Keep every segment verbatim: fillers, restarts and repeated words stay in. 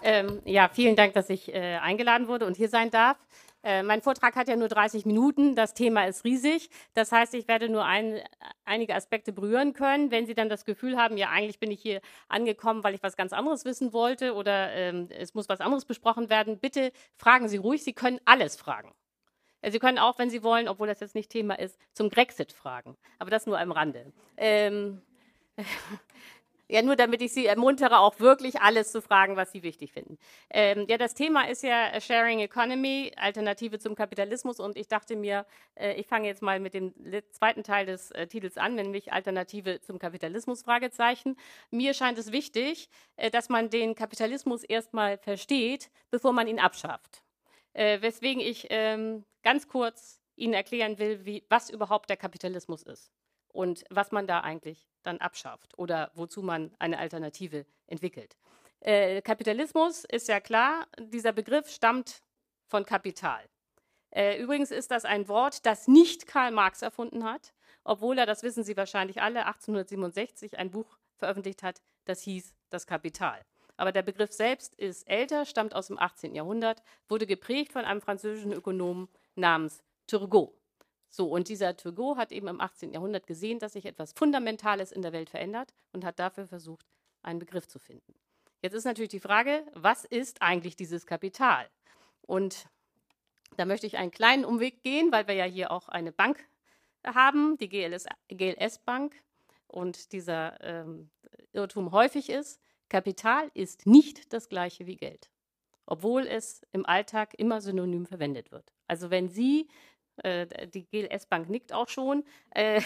Ähm, ja, vielen Dank, dass ich äh, eingeladen wurde und hier sein darf. Äh, mein Vortrag hat ja nur dreißig Minuten, das Thema ist riesig. Das heißt, ich werde nur ein, einige Aspekte berühren können. Wenn Sie dann das Gefühl haben, ja, eigentlich bin ich hier angekommen, weil ich was ganz anderes wissen wollte oder ähm, es muss was anderes besprochen werden, bitte fragen Sie ruhig, Sie können alles fragen. Sie können auch, wenn Sie wollen, obwohl das jetzt nicht Thema ist, zum Grexit fragen. Aber das nur am Rande. Ähm, Ja, nur damit ich Sie ermuntere, auch wirklich alles zu fragen, was Sie wichtig finden. Ähm, ja, das Thema ist ja Sharing Economy, Alternative zum Kapitalismus. Und ich dachte mir, äh, ich fange jetzt mal mit dem zweiten Teil des äh, Titels an, nämlich Alternative zum Kapitalismus, Fragezeichen. Mir scheint es wichtig, äh, dass man den Kapitalismus erstmal versteht, bevor man ihn abschafft. Äh, weswegen ich ähm, ganz kurz Ihnen erklären will, wie, was überhaupt der Kapitalismus ist und was man da eigentlich dann abschafft oder wozu man eine Alternative entwickelt. Äh, Kapitalismus ist ja klar, dieser Begriff stammt von Kapital. Äh, übrigens ist das ein Wort, das nicht Karl Marx erfunden hat, obwohl er, das wissen Sie wahrscheinlich alle, achtzehnhundertsiebenundsechzig ein Buch veröffentlicht hat, das hieß Das Kapital. Aber der Begriff selbst ist älter, stammt aus dem achtzehnten Jahrhundert, wurde geprägt von einem französischen Ökonomen namens Turgot. So, und dieser Turgot hat eben im achtzehnten Jahrhundert gesehen, dass sich etwas Fundamentales in der Welt verändert und hat dafür versucht, einen Begriff zu finden. Jetzt ist natürlich die Frage, was ist eigentlich dieses Kapital? Und da möchte ich einen kleinen Umweg gehen, weil wir ja hier auch eine Bank haben, die G L S-Bank, und dieser ähm, Irrtum häufig ist, Kapital ist nicht das gleiche wie Geld, obwohl es im Alltag immer synonym verwendet wird. Also wenn Sie die G L S-Bank nickt auch schon. Äh,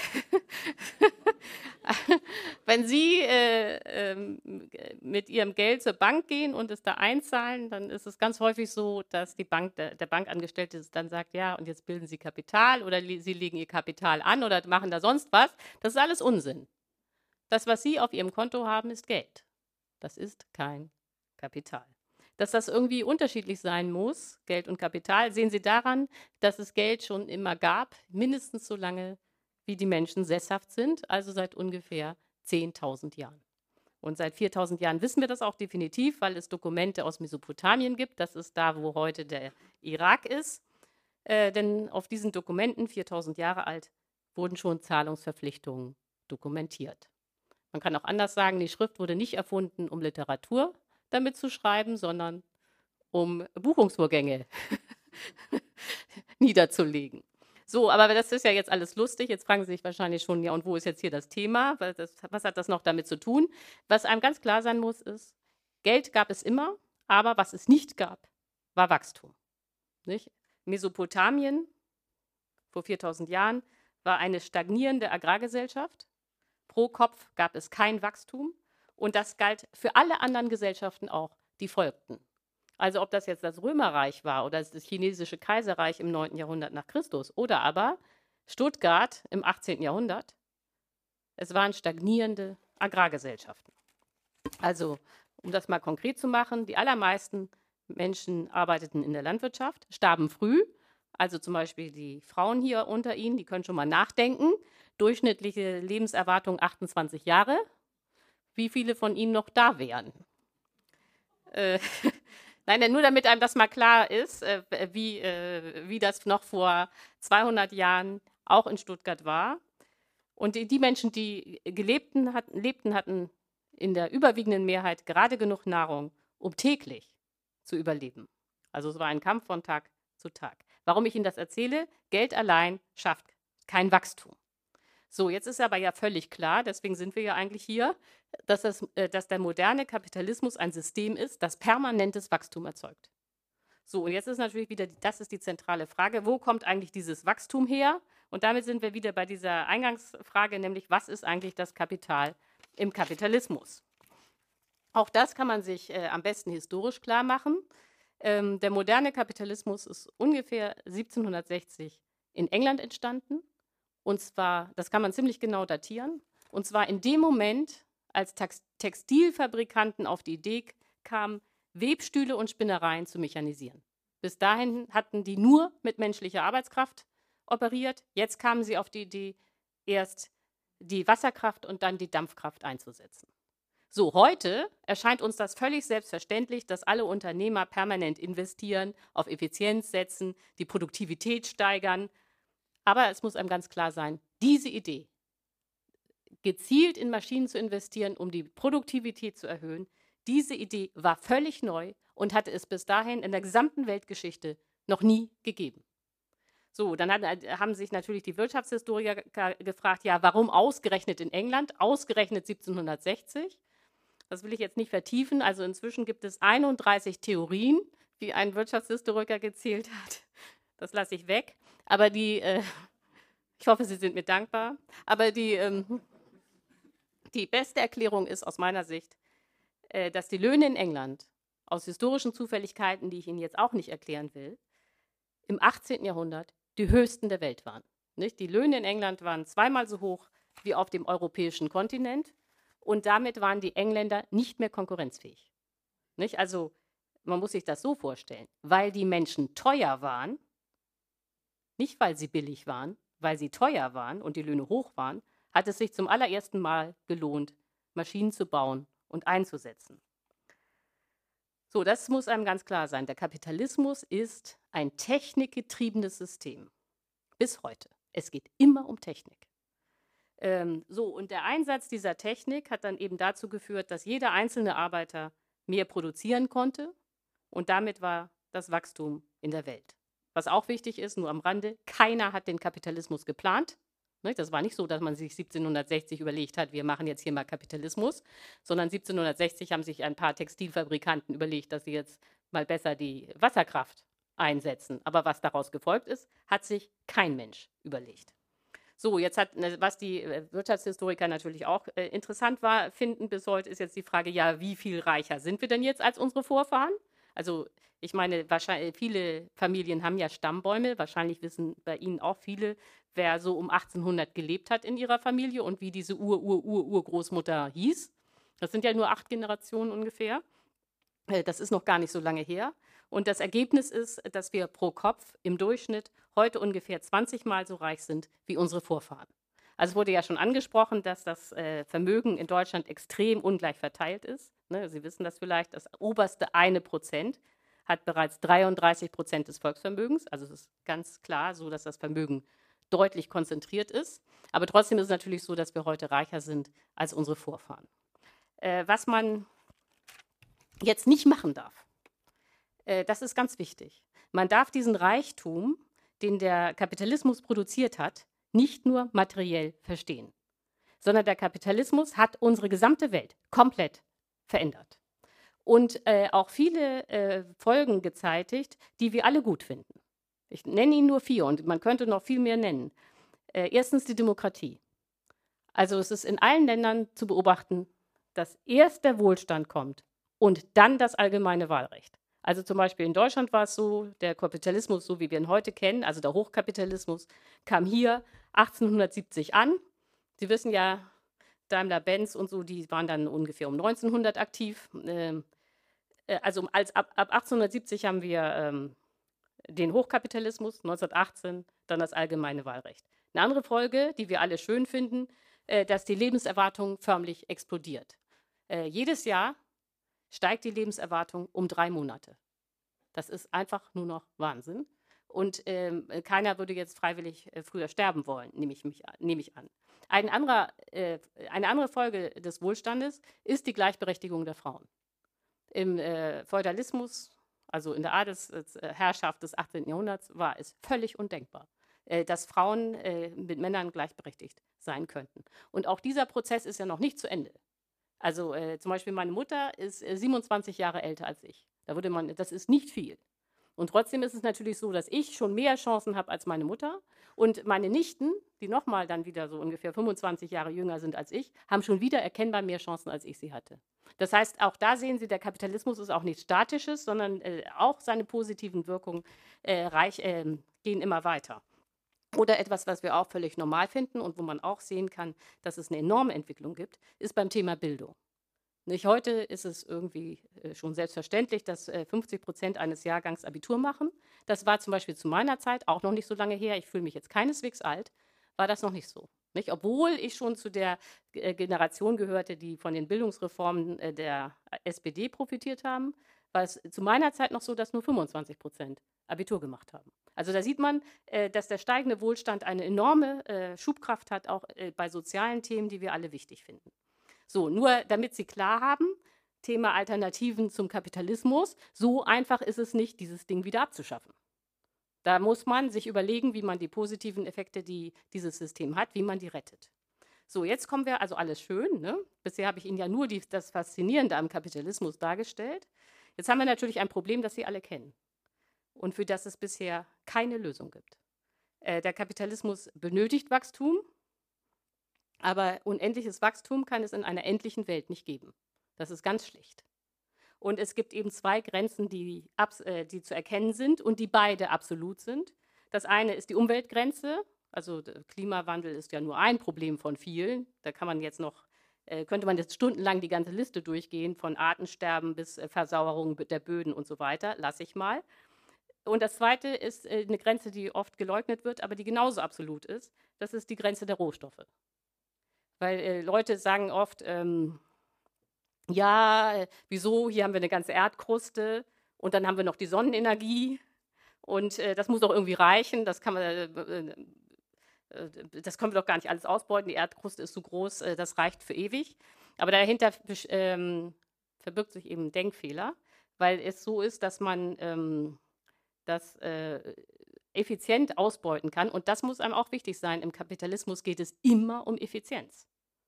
Wenn Sie äh, äh, mit Ihrem Geld zur Bank gehen und es da einzahlen, dann ist es ganz häufig so, dass die Bank, der, der Bankangestellte dann sagt, ja, und jetzt bilden Sie Kapital oder Sie legen Ihr Kapital an oder machen da sonst was. Das ist alles Unsinn. Das, was Sie auf Ihrem Konto haben, ist Geld. Das ist kein Kapital. Dass das irgendwie unterschiedlich sein muss, Geld und Kapital, sehen Sie daran, dass es Geld schon immer gab, mindestens so lange, wie die Menschen sesshaft sind, also seit ungefähr zehntausend Jahren. Und seit viertausend Jahren wissen wir das auch definitiv, weil es Dokumente aus Mesopotamien gibt. Das ist da, wo heute der Irak ist. Äh, denn auf diesen Dokumenten, viertausend Jahre alt, wurden schon Zahlungsverpflichtungen dokumentiert. Man kann auch anders sagen, die Schrift wurde nicht erfunden, um Literatur damit zu schreiben, sondern um Buchungsvorgänge niederzulegen. So, aber das ist ja jetzt alles lustig. Jetzt fragen Sie sich wahrscheinlich schon, ja, und wo ist jetzt hier das Thema? Was, das, was hat das noch damit zu tun? Was einem ganz klar sein muss, ist, Geld gab es immer, aber was es nicht gab, war Wachstum. Nicht? Mesopotamien vor viertausend Jahren war eine stagnierende Agrargesellschaft. Pro Kopf gab es kein Wachstum. Und das galt für alle anderen Gesellschaften auch, die folgten. Also ob das jetzt das Römerreich war oder das chinesische Kaiserreich im neunten Jahrhundert nach Christus oder aber Stuttgart im achtzehnten Jahrhundert. Es waren stagnierende Agrargesellschaften. Also, um das mal konkret zu machen, die allermeisten Menschen arbeiteten in der Landwirtschaft, starben früh. Also zum Beispiel die Frauen hier unter Ihnen, die können schon mal nachdenken. Durchschnittliche Lebenserwartung achtundzwanzig Jahre. Wie viele von Ihnen noch da wären? Äh, Nein, nur damit einem das mal klar ist, äh, wie, äh, wie das noch vor zweihundert Jahren auch in Stuttgart war. Und die, die Menschen, die gelebten, hatten, lebten, hatten in der überwiegenden Mehrheit gerade genug Nahrung, um täglich zu überleben. Also es war ein Kampf von Tag zu Tag. Warum ich Ihnen das erzähle? Geld allein schafft kein Wachstum. So, jetzt ist aber ja völlig klar, deswegen sind wir ja eigentlich hier, dass, das, äh, dass der moderne Kapitalismus ein System ist, das permanentes Wachstum erzeugt. So, und jetzt ist natürlich wieder, das ist die zentrale Frage, wo kommt eigentlich dieses Wachstum her? Und damit sind wir wieder bei dieser Eingangsfrage, nämlich was ist eigentlich das Kapital im Kapitalismus? Auch das kann man sich äh, am besten historisch klar machen. Ähm, der moderne Kapitalismus ist ungefähr siebzehnhundertsechzig in England entstanden. Und zwar, das kann man ziemlich genau datieren, und zwar in dem Moment, als Textilfabrikanten auf die Idee kamen, Webstühle und Spinnereien zu mechanisieren. Bis dahin hatten die nur mit menschlicher Arbeitskraft operiert. Jetzt kamen sie auf die Idee, erst die Wasserkraft und dann die Dampfkraft einzusetzen. So, heute erscheint uns das völlig selbstverständlich, dass alle Unternehmer permanent investieren, auf Effizienz setzen, die Produktivität steigern. Aber es muss einem ganz klar sein, diese Idee, gezielt in Maschinen zu investieren, um die Produktivität zu erhöhen, diese Idee war völlig neu und hatte es bis dahin in der gesamten Weltgeschichte noch nie gegeben. So, dann hat, haben sich natürlich die Wirtschaftshistoriker gefragt, ja, warum ausgerechnet in England, ausgerechnet siebzehnhundertsechzig? Das will ich jetzt nicht vertiefen. Also inzwischen gibt es einunddreißig Theorien, wie ein Wirtschaftshistoriker gezählt hat. Das lasse ich weg. Aber die, äh, ich hoffe, Sie sind mir dankbar. Aber die, ähm, die beste Erklärung ist aus meiner Sicht, äh, dass die Löhne in England aus historischen Zufälligkeiten, die ich Ihnen jetzt auch nicht erklären will, im achtzehnten Jahrhundert die höchsten der Welt waren. Nicht? Die Löhne in England waren zweimal so hoch wie auf dem europäischen Kontinent und damit waren die Engländer nicht mehr konkurrenzfähig. Nicht? Also man muss sich das so vorstellen, weil die Menschen teuer waren, nicht weil sie billig waren, weil sie teuer waren und die Löhne hoch waren, hat es sich zum allerersten Mal gelohnt, Maschinen zu bauen und einzusetzen. So, das muss einem ganz klar sein. Der Kapitalismus ist ein technikgetriebenes System. Bis heute. Es geht immer um Technik. Ähm, so, und der Einsatz dieser Technik hat dann eben dazu geführt, dass jeder einzelne Arbeiter mehr produzieren konnte und damit war das Wachstum in der Welt. Was auch wichtig ist, nur am Rande, keiner hat den Kapitalismus geplant. Das war nicht so, dass man sich siebzehnhundertsechzig überlegt hat, wir machen jetzt hier mal Kapitalismus, sondern siebzehnhundertsechzig haben sich ein paar Textilfabrikanten überlegt, dass sie jetzt mal besser die Wasserkraft einsetzen. Aber was daraus gefolgt ist, hat sich kein Mensch überlegt. So, jetzt hat, was die Wirtschaftshistoriker natürlich auch äh, interessant war, finden bis heute, ist jetzt die Frage, ja, wie viel reicher sind wir denn jetzt als unsere Vorfahren? Also ich meine, wahrscheinlich, viele Familien haben ja Stammbäume, wahrscheinlich wissen bei Ihnen auch viele, wer so um achtzehnhundert gelebt hat in ihrer Familie und wie diese Ur-Ur-Ur-Urgroßmutter hieß. Das sind ja nur acht Generationen ungefähr. Das ist noch gar nicht so lange her. Und das Ergebnis ist, dass wir pro Kopf im Durchschnitt heute ungefähr zwanzig Mal so reich sind wie unsere Vorfahren. Also es wurde ja schon angesprochen, dass das äh, Vermögen in Deutschland extrem ungleich verteilt ist. Ne, Sie wissen das vielleicht, das oberste eine Prozent hat bereits dreiunddreißig Prozent des Volksvermögens. Also es ist ganz klar so, dass das Vermögen deutlich konzentriert ist. Aber trotzdem ist es natürlich so, dass wir heute reicher sind als unsere Vorfahren. Äh, was man jetzt nicht machen darf, äh, das ist ganz wichtig. Man darf diesen Reichtum, den der Kapitalismus produziert hat, nicht nur materiell verstehen, sondern der Kapitalismus hat unsere gesamte Welt komplett verändert und äh, auch viele äh, Folgen gezeitigt, die wir alle gut finden. Ich nenne Ihnen nur vier und man könnte noch viel mehr nennen. Äh, erstens die Demokratie. Also es ist in allen Ländern zu beobachten, dass erst der Wohlstand kommt und dann das allgemeine Wahlrecht. Also zum Beispiel in Deutschland war es so, der Kapitalismus, so wie wir ihn heute kennen, also der Hochkapitalismus, kam hier achtzehnhundertsiebzig an. Sie wissen ja, Daimler-Benz und so, die waren dann ungefähr um neunzehnhundert aktiv. Ähm, äh, also als, ab, ab achtzehnhundertsiebzig haben wir ähm, den Hochkapitalismus, neunzehnhundertachtzehn, dann das allgemeine Wahlrecht. Eine andere Folge, die wir alle schön finden, äh, dass die Lebenserwartung förmlich explodiert. Äh, jedes Jahr steigt die Lebenserwartung um drei Monate. Das ist einfach nur noch Wahnsinn. Und ähm, keiner würde jetzt freiwillig äh, früher sterben wollen, nehme ich, mich, nehme ich an. Ein anderer, äh, eine andere Folge des Wohlstandes ist die Gleichberechtigung der Frauen. Im äh, Feudalismus, also in der Adelsherrschaft des achtzehnten Jahrhunderts, war es völlig undenkbar, äh, dass Frauen äh, mit Männern gleichberechtigt sein könnten. Und auch dieser Prozess ist ja noch nicht zu Ende. Also äh, zum Beispiel meine Mutter ist äh, siebenundzwanzig Jahre älter als ich. Da würde man, das ist nicht viel. Und trotzdem ist es natürlich so, dass ich schon mehr Chancen habe als meine Mutter. Und meine Nichten, die nochmal dann wieder so ungefähr fünfundzwanzig Jahre jünger sind als ich, haben schon wieder erkennbar mehr Chancen, als ich sie hatte. Das heißt, auch da sehen Sie, der Kapitalismus ist auch nichts Statisches, sondern äh, auch seine positiven Wirkungen äh, reich, äh, gehen immer weiter. Oder etwas, was wir auch völlig normal finden und wo man auch sehen kann, dass es eine enorme Entwicklung gibt, ist beim Thema Bildung. Nicht heute ist es irgendwie äh, schon selbstverständlich, dass äh, fünfzig Prozent eines Jahrgangs Abitur machen. Das war zum Beispiel zu meiner Zeit auch noch nicht so lange her. Ich fühle mich jetzt keineswegs alt, war das noch nicht so. Nicht? Obwohl ich schon zu der äh, Generation gehörte, die von den Bildungsreformen äh, der S P D profitiert haben, war es zu meiner Zeit noch so, dass nur fünfundzwanzig Prozent Abitur gemacht haben. Also da sieht man, äh, dass der steigende Wohlstand eine enorme äh, Schubkraft hat, auch äh, bei sozialen Themen, die wir alle wichtig finden. So, nur damit Sie klar haben, Thema Alternativen zum Kapitalismus, so einfach ist es nicht, dieses Ding wieder abzuschaffen. Da muss man sich überlegen, wie man die positiven Effekte, die dieses System hat, wie man die rettet. So, jetzt kommen wir, also alles schön, ne? Bisher habe ich Ihnen ja nur die, das Faszinierende am Kapitalismus dargestellt. Jetzt haben wir natürlich ein Problem, das Sie alle kennen und für das es bisher keine Lösung gibt. Äh, der Kapitalismus benötigt Wachstum, aber unendliches Wachstum kann es in einer endlichen Welt nicht geben. Das ist ganz schlecht. Und es gibt eben zwei Grenzen, die, äh, die zu erkennen sind und die beide absolut sind. Das eine ist die Umweltgrenze. Also der Klimawandel ist ja nur ein Problem von vielen. Da kann man jetzt noch, äh, könnte man jetzt stundenlang die ganze Liste durchgehen, von Artensterben bis äh, Versauerung der Böden und so weiter. Lasse ich mal. Und das zweite ist äh, eine Grenze, die oft geleugnet wird, aber die genauso absolut ist. Das ist die Grenze der Rohstoffe. Weil äh, Leute sagen oft, ähm, ja, äh, wieso, hier haben wir eine ganze Erdkruste und dann haben wir noch die Sonnenenergie und äh, das muss doch irgendwie reichen, das kann man, äh, äh, das können wir doch gar nicht alles ausbeuten, die Erdkruste ist so groß, äh, das reicht für ewig. Aber dahinter ähm, verbirgt sich eben ein Denkfehler, weil es so ist, dass man ähm, das äh, effizient ausbeuten kann und das muss einem auch wichtig sein. Im Kapitalismus geht es immer um Effizienz.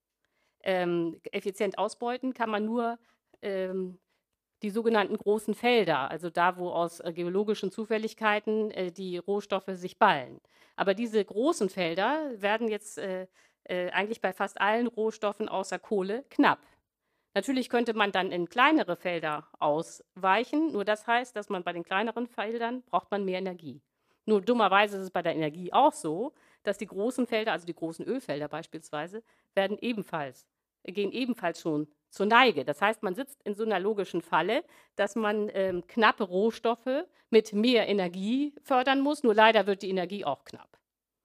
Ähm, effizient ausbeuten kann man nur ähm, die sogenannten großen Felder, also da, wo aus äh, geologischen Zufälligkeiten äh, die Rohstoffe sich ballen. Aber diese großen Felder werden jetzt äh, äh, eigentlich bei fast allen Rohstoffen außer Kohle knapp. Natürlich könnte man dann in kleinere Felder ausweichen, nur das heißt, dass man bei den kleineren Feldern braucht man mehr Energie. Nur dummerweise ist es bei der Energie auch so, dass die großen Felder, also die großen Ölfelder beispielsweise, werden ebenfalls, gehen ebenfalls schon zur Neige. Das heißt, man sitzt in so einer logischen Falle, dass man ähm, knappe Rohstoffe mit mehr Energie fördern muss, nur leider wird die Energie auch knapp.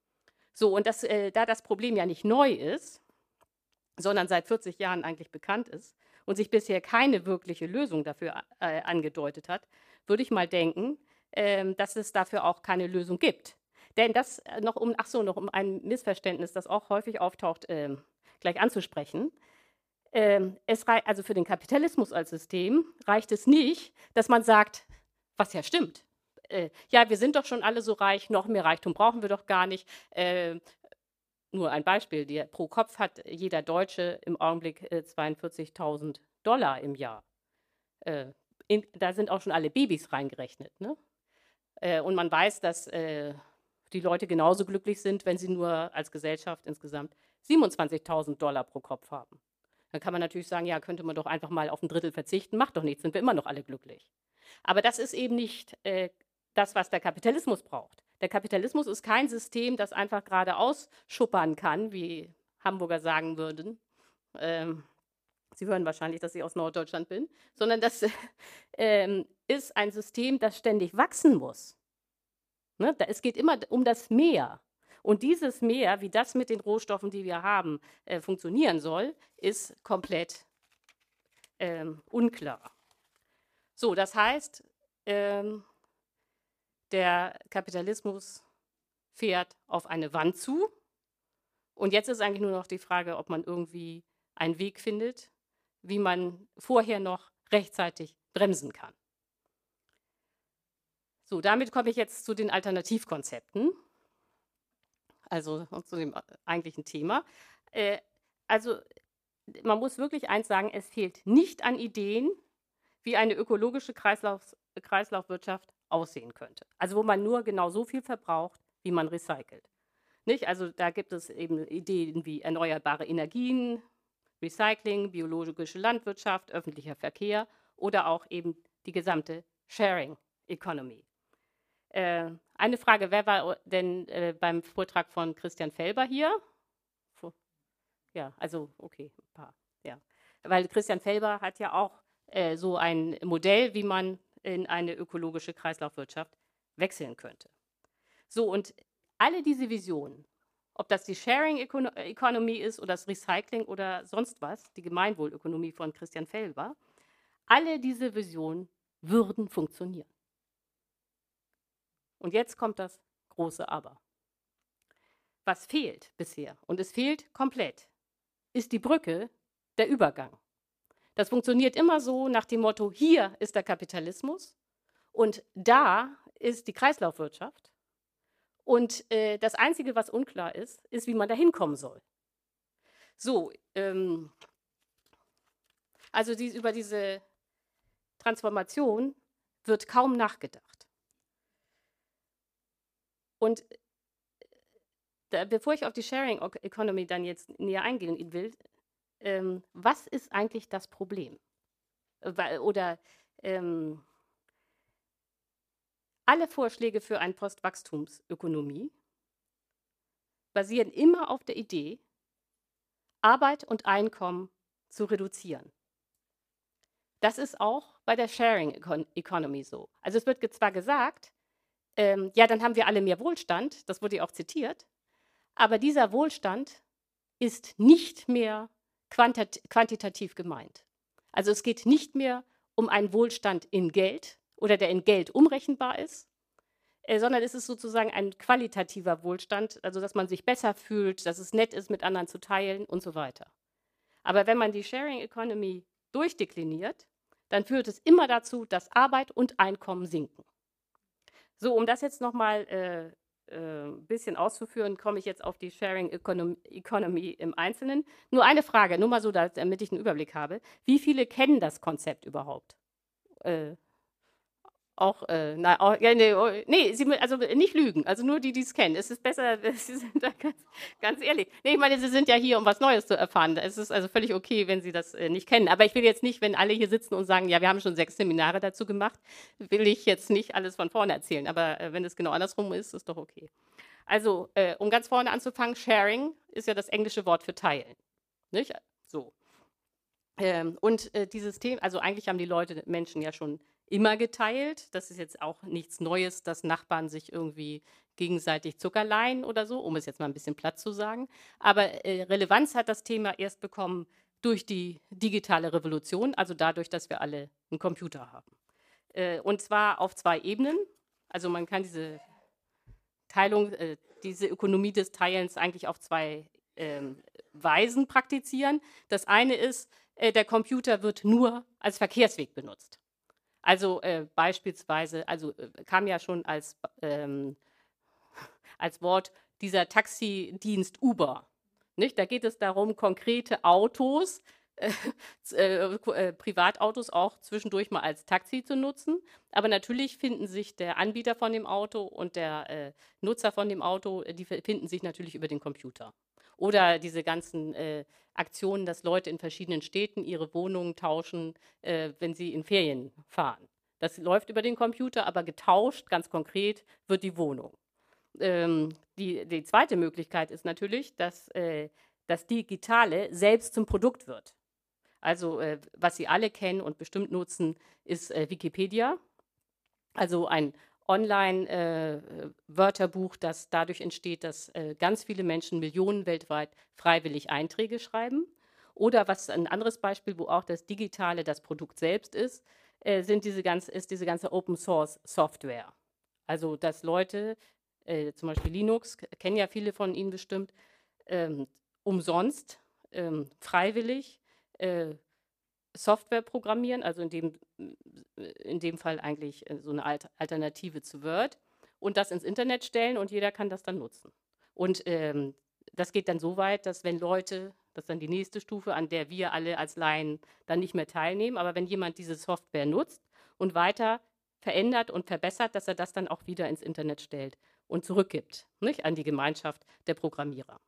So, und das, äh, da das Problem ja nicht neu ist, sondern seit vierzig Jahren eigentlich bekannt ist und sich bisher keine wirkliche Lösung dafür äh, angedeutet hat, würde ich mal denken, äh, dass es dafür auch keine Lösung gibt. Denn das noch um, ach so, noch um ein Missverständnis, das auch häufig auftaucht, äh, gleich anzusprechen. Äh, es rei- also für den Kapitalismus als System reicht es nicht, dass man sagt, was ja stimmt. Äh, ja, wir sind doch schon alle so reich, noch mehr Reichtum brauchen wir doch gar nicht. Äh, Nur ein Beispiel, die, pro Kopf hat jeder Deutsche im Augenblick äh, zweiundvierzigtausend Dollar im Jahr. Äh, in, da sind auch schon alle Babys reingerechnet. Ne? Äh, und man weiß, dass äh, die Leute genauso glücklich sind, wenn sie nur als Gesellschaft insgesamt siebenundzwanzigtausend Dollar pro Kopf haben. Dann kann man natürlich sagen, ja, könnte man doch einfach mal auf ein Drittel verzichten, macht doch nichts, sind wir immer noch alle glücklich. Aber das ist eben nicht äh, das, was der Kapitalismus braucht. Der Kapitalismus ist kein System, das einfach geradeaus schuppern kann, wie Hamburger sagen würden. Ähm, Sie hören wahrscheinlich, dass ich aus Norddeutschland bin, sondern das ähm, ist ein System, das ständig wachsen muss. Ne? Da, es geht immer um das Mehr. Und dieses Mehr, wie das mit den Rohstoffen, die wir haben, äh, funktionieren soll, ist komplett ähm, unklar. So, das heißt, ähm, der Kapitalismus fährt auf eine Wand zu. Und jetzt ist eigentlich nur noch die Frage, ob man irgendwie einen Weg findet, wie man vorher noch rechtzeitig bremsen kann. So, damit komme ich jetzt zu den Alternativkonzepten, also zu dem eigentlichen Thema. Äh, also man muss wirklich eins sagen, es fehlt nicht an Ideen, wie eine ökologische Kreislauf, Kreislaufwirtschaft aussehen könnte. Also wo man nur genau so viel verbraucht, wie man recycelt. Nicht? Also da gibt es eben Ideen wie erneuerbare Energien, Recycling, biologische Landwirtschaft, öffentlicher Verkehr oder auch eben die gesamte Sharing Economy. Äh, eine Frage, wer war denn äh, beim Vortrag von Christian Felber hier? Ja, also okay, ein paar, ja. Weil Christian Felber hat ja auch äh, so ein Modell, wie man in eine ökologische Kreislaufwirtschaft wechseln könnte. So, und alle diese Visionen, ob das die Sharing Economy ist oder das Recycling oder sonst was, die Gemeinwohlökonomie von Christian Felber, alle diese Visionen würden funktionieren. Und jetzt kommt das große Aber. Was fehlt bisher, und es fehlt komplett, ist die Brücke, der Übergang. Das funktioniert immer so nach dem Motto, hier ist der Kapitalismus und da ist die Kreislaufwirtschaft. Und äh, das Einzige, was unklar ist, ist, wie man da hinkommen soll. So, ähm, also die, über diese Transformation wird kaum nachgedacht. Und da, bevor ich auf die Sharing Economy dann jetzt näher eingehen will, ähm, was ist eigentlich das Problem? Oder ähm, alle Vorschläge für eine Postwachstumsökonomie basieren immer auf der Idee, Arbeit und Einkommen zu reduzieren. Das ist auch bei der Sharing Economy so. Also es wird zwar gesagt, ähm, ja, dann haben wir alle mehr Wohlstand, das wurde ja auch zitiert, aber dieser Wohlstand ist nicht mehr quantit- quantitativ gemeint. Also es geht nicht mehr um einen Wohlstand in Geld oder der in Geld umrechenbar ist, äh, sondern es ist sozusagen ein qualitativer Wohlstand, also dass man sich besser fühlt, dass es nett ist, mit anderen zu teilen und so weiter. Aber wenn man die Sharing Economy durchdekliniert, dann führt es immer dazu, dass Arbeit und Einkommen sinken. So, um das jetzt nochmal äh, ein äh, bisschen auszuführen, komme ich jetzt auf die Sharing Economy, Economy im Einzelnen. Nur eine Frage, nur mal so, damit ich einen Überblick habe. Wie viele kennen das Konzept überhaupt? Äh, auch, äh, na, auch, ja, nee, oh, nee, Sie, also nicht lügen, also nur die, die es kennen. Es ist besser, Sie sind da ganz, ganz ehrlich. Nee, ich meine, Sie sind ja hier, um was Neues zu erfahren. Es ist also völlig okay, wenn Sie das äh, nicht kennen. Aber ich will jetzt nicht, wenn alle hier sitzen und sagen, ja, wir haben schon sechs Seminare dazu gemacht, will ich jetzt nicht alles von vorne erzählen. Aber äh, wenn es genau andersrum ist, ist doch okay. Also, äh, um ganz vorne anzufangen, Sharing ist ja das englische Wort für teilen. Nicht? So. Ähm, und äh, dieses Thema, also eigentlich haben die Leute, Menschen ja schon immer geteilt. Das ist jetzt auch nichts Neues, dass Nachbarn sich irgendwie gegenseitig Zucker leihen oder so, um es jetzt mal ein bisschen platt zu sagen. Aber äh, Relevanz hat das Thema erst bekommen durch die digitale Revolution, also dadurch, dass wir alle einen Computer haben. Äh, und zwar auf zwei Ebenen. Also man kann diese Teilung, äh, diese Ökonomie des Teilens eigentlich auf zwei ähm, Weisen praktizieren. Das eine ist, äh, der Computer wird nur als Verkehrsweg benutzt. Also äh, beispielsweise, also äh, kam ja schon als, ähm, als Wort dieser Taxidienst Uber. Nicht? Da geht es darum, konkrete Autos, äh, äh, äh, Privatautos auch zwischendurch mal als Taxi zu nutzen. Aber natürlich finden sich der Anbieter von dem Auto und der äh, Nutzer von dem Auto, die finden sich natürlich über den Computer. Oder diese ganzen äh, Aktionen, dass Leute in verschiedenen Städten ihre Wohnungen tauschen, äh, wenn sie in Ferien fahren. Das läuft über den Computer, aber getauscht, ganz konkret, wird die Wohnung. Ähm, die, die zweite Möglichkeit ist natürlich, dass äh, das Digitale selbst zum Produkt wird. Also äh, was Sie alle kennen und bestimmt nutzen, ist äh, Wikipedia. Also ein Online-Wörterbuch, äh, das dadurch entsteht, dass äh, ganz viele Menschen, Millionen weltweit, freiwillig Einträge schreiben. Oder was ein anderes Beispiel, wo auch das Digitale das Produkt selbst ist, äh, sind diese ganze, ist diese ganze Open-Source-Software. Also dass Leute, äh, zum Beispiel Linux, kennen ja viele von Ihnen bestimmt, ähm, umsonst, ähm, freiwillig äh, Software programmieren, also in dem, in dem Fall eigentlich so eine Alternative zu Word, und das ins Internet stellen und jeder kann das dann nutzen. Und ähm, das geht dann so weit, dass wenn Leute, das ist dann die nächste Stufe, an der wir alle als Laien dann nicht mehr teilnehmen, aber wenn jemand diese Software nutzt und weiter verändert und verbessert, dass er das dann auch wieder ins Internet stellt und zurückgibt, nicht, an die Gemeinschaft der Programmierer.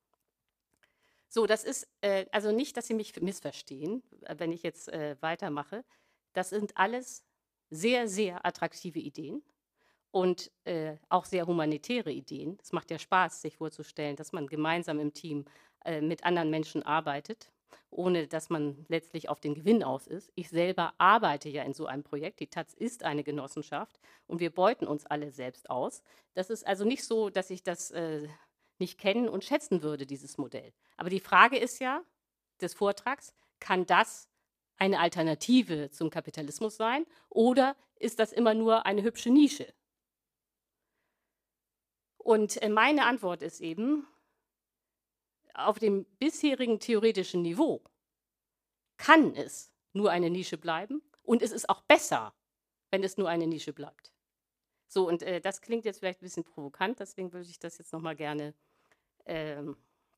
So, das ist äh, also nicht, dass Sie mich missverstehen, wenn ich jetzt äh, weitermache. Das sind alles sehr, sehr attraktive Ideen und äh, auch sehr humanitäre Ideen. Es macht ja Spaß, sich vorzustellen, dass man gemeinsam im Team äh, mit anderen Menschen arbeitet, ohne dass man letztlich auf den Gewinn aus ist. Ich selber arbeite ja in so einem Projekt. Die Taz ist eine Genossenschaft und wir beuten uns alle selbst aus. Das ist also nicht so, dass ich das äh, nicht kennen und schätzen würde, dieses Modell. Aber die Frage ist ja des Vortrags, kann das eine Alternative zum Kapitalismus sein oder ist das immer nur eine hübsche Nische? Und meine Antwort ist eben, auf dem bisherigen theoretischen Niveau kann es nur eine Nische bleiben und es ist auch besser, wenn es nur eine Nische bleibt. So, und äh, das klingt jetzt vielleicht ein bisschen provokant, deswegen würde ich das jetzt nochmal gerne ähm,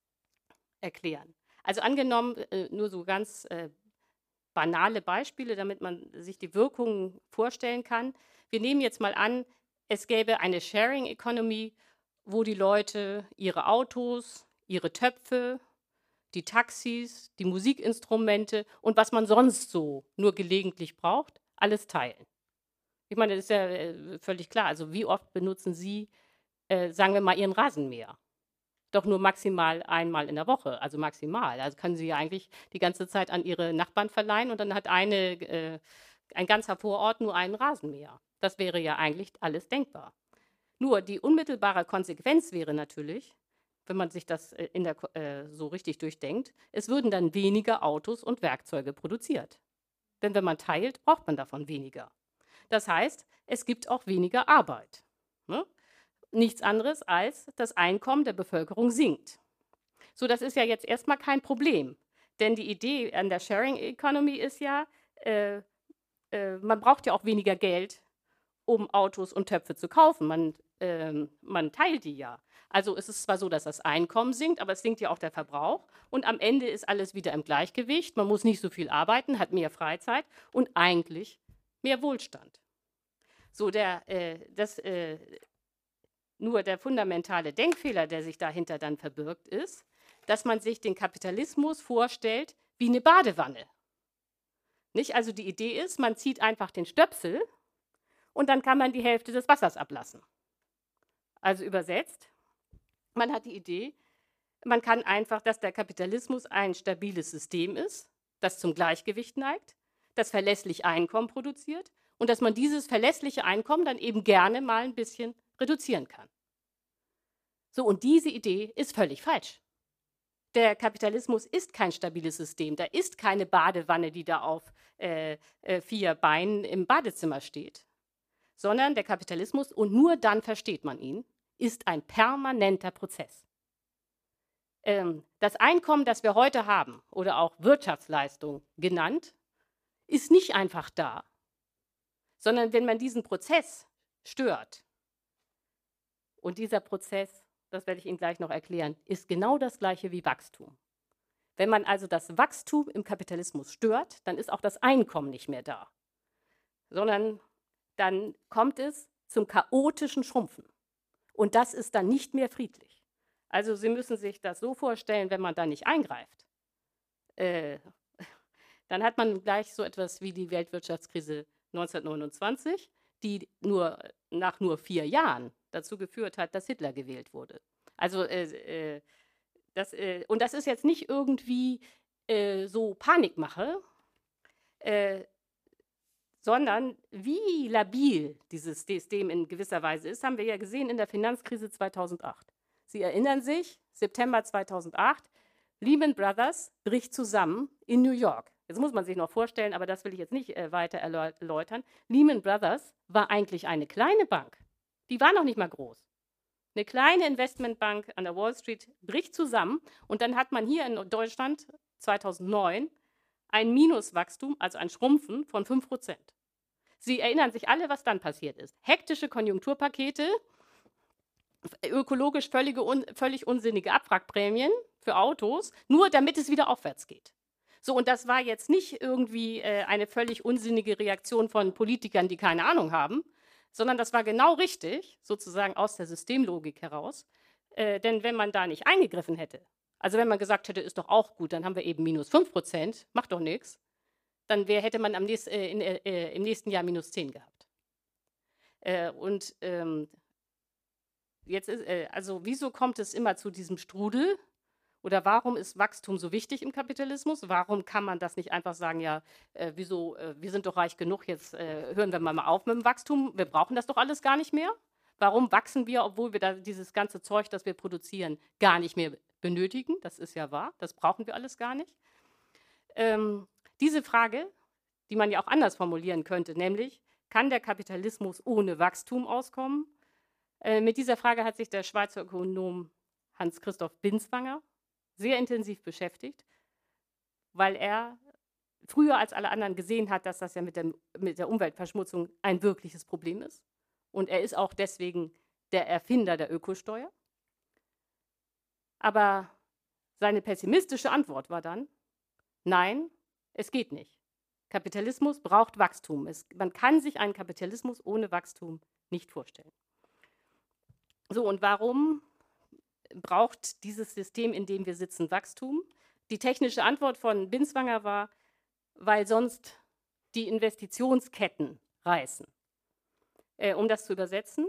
erklären. Also angenommen, äh, nur so ganz äh, banale Beispiele, damit man sich die Wirkungen vorstellen kann. Wir nehmen jetzt mal an, es gäbe eine Sharing Economy, wo die Leute ihre Autos, ihre Töpfe, die Taxis, die Musikinstrumente und was man sonst so nur gelegentlich braucht, alles teilen. Ich meine, das ist ja äh, völlig klar. Also wie oft benutzen Sie, äh, sagen wir mal, Ihren Rasenmäher? Doch nur maximal einmal in der Woche, also maximal. Also können Sie ja eigentlich die ganze Zeit an Ihre Nachbarn verleihen und dann hat eine, äh, ein ganzer Vorort nur einen Rasenmäher. Das wäre ja eigentlich alles denkbar. Nur die unmittelbare Konsequenz wäre natürlich, wenn man sich das äh, in der, äh, so richtig durchdenkt, es würden dann weniger Autos und Werkzeuge produziert. Denn wenn man teilt, braucht man davon weniger. Das heißt, es gibt auch weniger Arbeit. Ne? Nichts anderes als das Einkommen der Bevölkerung sinkt. So, das ist ja jetzt erstmal kein Problem. Denn die Idee an der Sharing Economy ist ja, äh, äh, man braucht ja auch weniger Geld, um Autos und Töpfe zu kaufen. Man, äh, man teilt die ja. Also es ist zwar so, dass das Einkommen sinkt, aber es sinkt ja auch der Verbrauch. Und am Ende ist alles wieder im Gleichgewicht. Man muss nicht so viel arbeiten, hat mehr Freizeit und eigentlich mehr Wohlstand. So, der, äh, das, äh, nur der fundamentale Denkfehler, der sich dahinter dann verbirgt, ist, dass man sich den Kapitalismus vorstellt wie eine Badewanne. Nicht? Also die Idee ist, man zieht einfach den Stöpsel und dann kann man die Hälfte des Wassers ablassen. Also übersetzt, man hat die Idee, man kann einfach, dass der Kapitalismus ein stabiles System ist, das zum Gleichgewicht neigt, das verlässlich Einkommen produziert und dass man dieses verlässliche Einkommen dann eben gerne mal ein bisschen reduzieren kann. So, und diese Idee ist völlig falsch. Der Kapitalismus ist kein stabiles System. Da ist keine Badewanne, die da auf äh, äh, vier Beinen im Badezimmer steht. Sondern der Kapitalismus, und nur dann versteht man ihn, ist ein permanenter Prozess. Ähm, das Einkommen, das wir heute haben, oder auch Wirtschaftsleistung genannt, ist nicht einfach da. Sondern wenn man diesen Prozess stört, und dieser Prozess, das werde ich Ihnen gleich noch erklären, ist genau das gleiche wie Wachstum. Wenn man also das Wachstum im Kapitalismus stört, dann ist auch das Einkommen nicht mehr da, sondern dann kommt es zum chaotischen Schrumpfen. Und das ist dann nicht mehr friedlich. Also Sie müssen sich das so vorstellen, wenn man da nicht eingreift, äh, dann hat man gleich so etwas wie die Weltwirtschaftskrise neunzehnhundertneunundzwanzig, die nur nach nur vier Jahren dazu geführt hat, dass Hitler gewählt wurde. Also äh, äh, das, äh, und das ist jetzt nicht irgendwie äh, so Panikmache, äh, sondern wie labil dieses System in gewisser Weise ist, haben wir ja gesehen in der Finanzkrise zweitausendacht. Sie erinnern sich, September zweitausendacht, Lehman Brothers bricht zusammen in New York. Jetzt muss man sich noch vorstellen, aber das will ich jetzt nicht äh, weiter erläutern. Lehman Brothers war eigentlich eine kleine Bank. Die war noch nicht mal groß. Eine kleine Investmentbank an der Wall Street bricht zusammen und dann hat man hier in Deutschland zweitausendneun ein Minuswachstum, also ein Schrumpfen von fünf Prozent. Sie erinnern sich alle, was dann passiert ist. Hektische Konjunkturpakete, ökologisch völlige, un, völlig unsinnige Abwrackprämien für Autos, nur damit es wieder aufwärts geht. So, und das war jetzt nicht irgendwie äh, eine völlig unsinnige Reaktion von Politikern, die keine Ahnung haben, sondern das war genau richtig, sozusagen aus der Systemlogik heraus. Äh, denn wenn man da nicht eingegriffen hätte, also wenn man gesagt hätte, ist doch auch gut, dann haben wir eben minus fünf Prozent, macht doch nichts, dann wär, hätte man am nächst, äh, in, äh, im nächsten Jahr minus zehn gehabt. Äh, und ähm, jetzt ist, äh, also wieso kommt es immer zu diesem Strudel? Oder warum ist Wachstum so wichtig im Kapitalismus? Warum kann man das nicht einfach sagen, ja, äh, wieso, äh, wir sind doch reich genug, jetzt äh, hören wir mal auf mit dem Wachstum, wir brauchen das doch alles gar nicht mehr? Warum wachsen wir, obwohl wir da dieses ganze Zeug, das wir produzieren, gar nicht mehr benötigen? Das ist ja wahr, das brauchen wir alles gar nicht. Ähm, diese Frage, die man ja auch anders formulieren könnte, nämlich, kann der Kapitalismus ohne Wachstum auskommen? Äh, mit dieser Frage hat sich der Schweizer Ökonom Hans-Christoph Binswanger sehr intensiv beschäftigt, weil er früher als alle anderen gesehen hat, dass das ja mit, dem, mit der Umweltverschmutzung ein wirkliches Problem ist. Und er ist auch deswegen der Erfinder der Ökosteuer. Aber seine pessimistische Antwort war dann, nein, es geht nicht. Kapitalismus braucht Wachstum. Es, man kann sich einen Kapitalismus ohne Wachstum nicht vorstellen. So, und warum braucht dieses System, in dem wir sitzen, Wachstum? Die technische Antwort von Binswanger war, weil sonst die Investitionsketten reißen. Äh, um das zu übersetzen,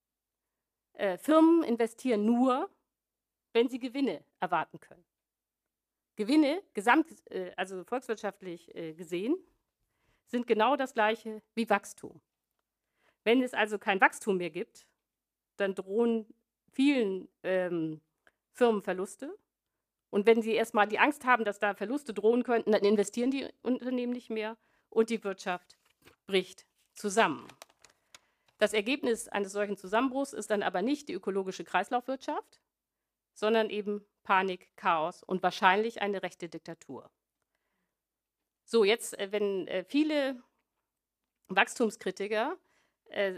äh, Firmen investieren nur, wenn sie Gewinne erwarten können. Gewinne, gesamt, äh, also volkswirtschaftlich äh, gesehen, sind genau das Gleiche wie Wachstum. Wenn es also kein Wachstum mehr gibt, dann drohen vielen ähm, Firmen Verluste. Und wenn sie erstmal die Angst haben, dass da Verluste drohen könnten, dann investieren die Unternehmen nicht mehr und die Wirtschaft bricht zusammen. Das Ergebnis eines solchen Zusammenbruchs ist dann aber nicht die ökologische Kreislaufwirtschaft, sondern eben Panik, Chaos und wahrscheinlich eine rechte Diktatur. So, jetzt, wenn viele Wachstumskritiker äh,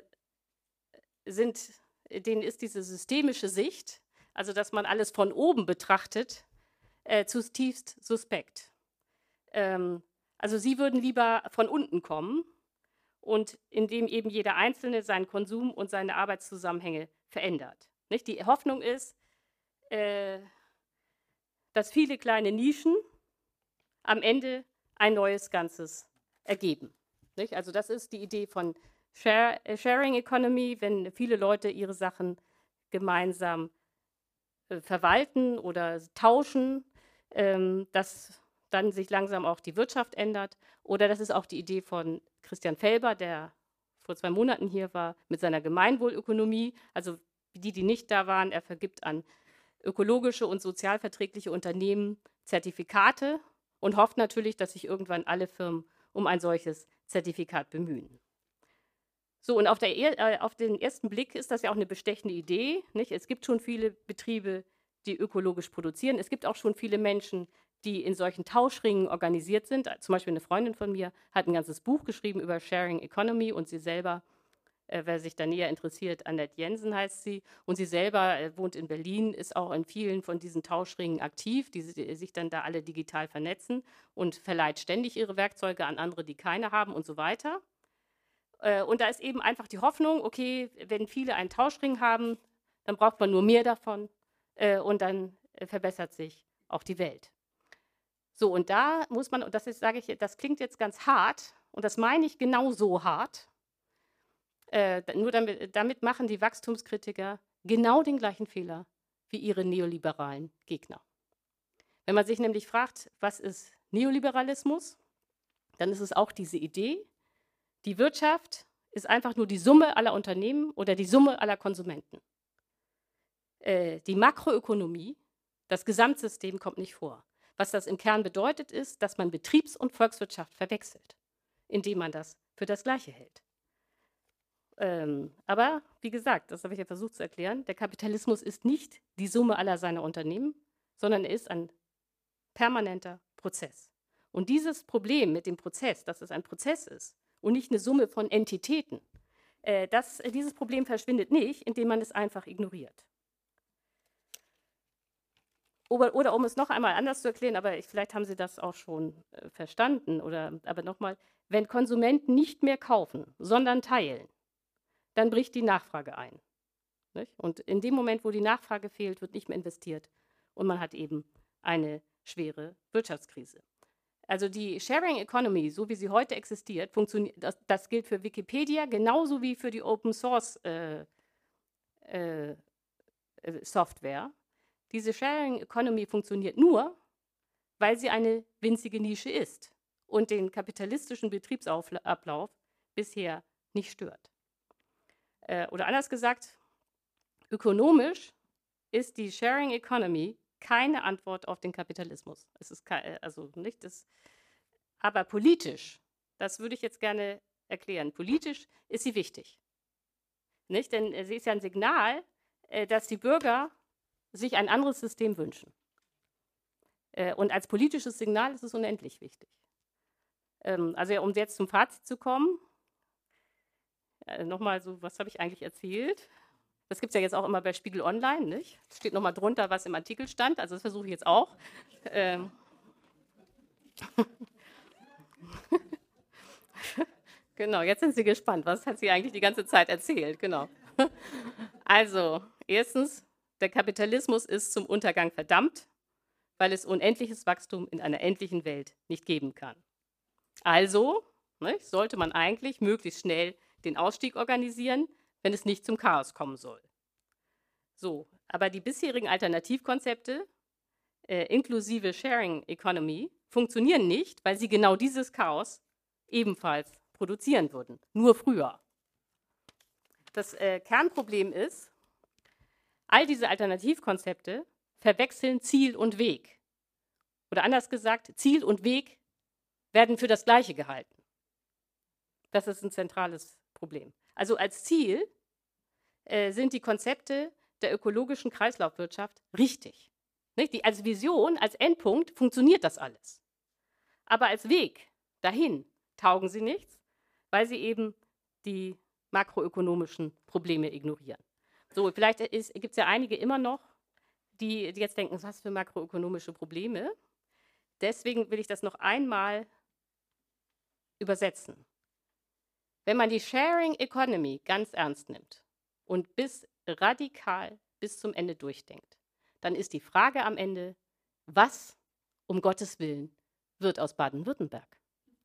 sind, denen ist diese systemische Sicht, also dass man alles von oben betrachtet, äh, zutiefst suspekt. Ähm, also sie würden lieber von unten kommen und indem eben jeder Einzelne seinen Konsum und seine Arbeitszusammenhänge verändert. Nicht? Die Hoffnung ist, äh, dass viele kleine Nischen am Ende ein neues Ganzes ergeben. Nicht? Also das ist die Idee von Share, Sharing Economy, wenn viele Leute ihre Sachen gemeinsam äh, verwalten oder tauschen, ähm, dass dann sich langsam auch die Wirtschaft ändert. Oder das ist auch die Idee von Christian Felber, der vor zwei Monaten hier war, mit seiner Gemeinwohlökonomie. Also die, die nicht da waren, er vergibt an ökologische und sozialverträgliche Unternehmen Zertifikate und hofft natürlich, dass sich irgendwann alle Firmen um ein solches Zertifikat bemühen. So, und auf, der, äh, auf den ersten Blick ist das ja auch eine bestechende Idee. Nicht? Es gibt schon viele Betriebe, die ökologisch produzieren. Es gibt auch schon viele Menschen, die in solchen Tauschringen organisiert sind. Zum Beispiel eine Freundin von mir hat ein ganzes Buch geschrieben über Sharing Economy und sie selber, äh, wer sich da näher interessiert, Annette Jensen heißt sie, und sie selber äh, wohnt in Berlin, ist auch in vielen von diesen Tauschringen aktiv, die, die sich dann da alle digital vernetzen und verleiht ständig ihre Werkzeuge an andere, die keine haben und so weiter. Äh, und da ist eben einfach die Hoffnung, okay, wenn viele einen Tauschring haben, dann braucht man nur mehr davon äh, und dann äh, verbessert sich auch die Welt. So, und da muss man, und das ist, sage ich, das klingt jetzt ganz hart, und das meine ich genau so hart, äh, nur damit, damit machen die Wachstumskritiker genau den gleichen Fehler wie ihre neoliberalen Gegner. Wenn man sich nämlich fragt, was ist Neoliberalismus, dann ist es auch diese Idee, die Wirtschaft ist einfach nur die Summe aller Unternehmen oder die Summe aller Konsumenten. Äh, die Makroökonomie, das Gesamtsystem kommt nicht vor. Was das im Kern bedeutet, ist, dass man Betriebs- und Volkswirtschaft verwechselt, indem man das für das Gleiche hält. Ähm, aber, wie gesagt, das habe ich ja versucht zu erklären, der Kapitalismus ist nicht die Summe aller seiner Unternehmen, sondern er ist ein permanenter Prozess. Und dieses Problem mit dem Prozess, dass es ein Prozess ist und nicht eine Summe von Entitäten, äh, das, dieses Problem verschwindet nicht, indem man es einfach ignoriert. Oder, oder um es noch einmal anders zu erklären, aber ich, vielleicht haben Sie das auch schon äh, verstanden, oder, aber nochmal, wenn Konsumenten nicht mehr kaufen, sondern teilen, dann bricht die Nachfrage ein. Nicht? Und in dem Moment, wo die Nachfrage fehlt, wird nicht mehr investiert und man hat eben eine schwere Wirtschaftskrise. Also die Sharing Economy, so wie sie heute existiert, funktioniert, das, das gilt für Wikipedia genauso wie für die Open Source äh, äh, Software. Diese Sharing Economy funktioniert nur, weil sie eine winzige Nische ist und den kapitalistischen Betriebsablauf bisher nicht stört. Äh, oder anders gesagt, ökonomisch ist die Sharing Economy keine Antwort auf den Kapitalismus. Es ist ke- also nicht das, aber politisch, das würde ich jetzt gerne erklären. Politisch ist sie wichtig, nicht? Denn äh, sie ist ja ein Signal, äh, dass die Bürger sich ein anderes System wünschen. Äh, und als politisches Signal ist es unendlich wichtig. Ähm, also um jetzt zum Fazit zu kommen, äh, nochmal so, was habe ich eigentlich erzählt? Das gibt es ja jetzt auch immer bei Spiegel Online, nicht? Es steht nochmal drunter, was im Artikel stand, also das versuche ich jetzt auch. Ähm genau, jetzt sind Sie gespannt, was hat sie eigentlich die ganze Zeit erzählt, genau. Also, erstens, der Kapitalismus ist zum Untergang verdammt, weil es unendliches Wachstum in einer endlichen Welt nicht geben kann. Also ne, sollte man eigentlich möglichst schnell den Ausstieg organisieren, wenn es nicht zum Chaos kommen soll. So, aber die bisherigen Alternativkonzepte, äh, inklusive Sharing Economy, funktionieren nicht, weil sie genau dieses Chaos ebenfalls produzieren würden, nur früher. Das äh, Kernproblem ist, all diese Alternativkonzepte verwechseln Ziel und Weg. Oder anders gesagt, Ziel und Weg werden für das Gleiche gehalten. Das ist ein zentrales Problem. Also als Ziel äh, sind die Konzepte der ökologischen Kreislaufwirtschaft richtig. Nicht? Die, als Vision, als Endpunkt funktioniert das alles. Aber als Weg dahin taugen sie nichts, weil sie eben die makroökonomischen Probleme ignorieren. So, vielleicht gibt es ja einige immer noch, die, die jetzt denken, was für makroökonomische Probleme. Deswegen will ich das noch einmal übersetzen. Wenn man die Sharing Economy ganz ernst nimmt und bis radikal bis zum Ende durchdenkt, dann ist die Frage am Ende, was um Gottes Willen wird aus Baden-Württemberg?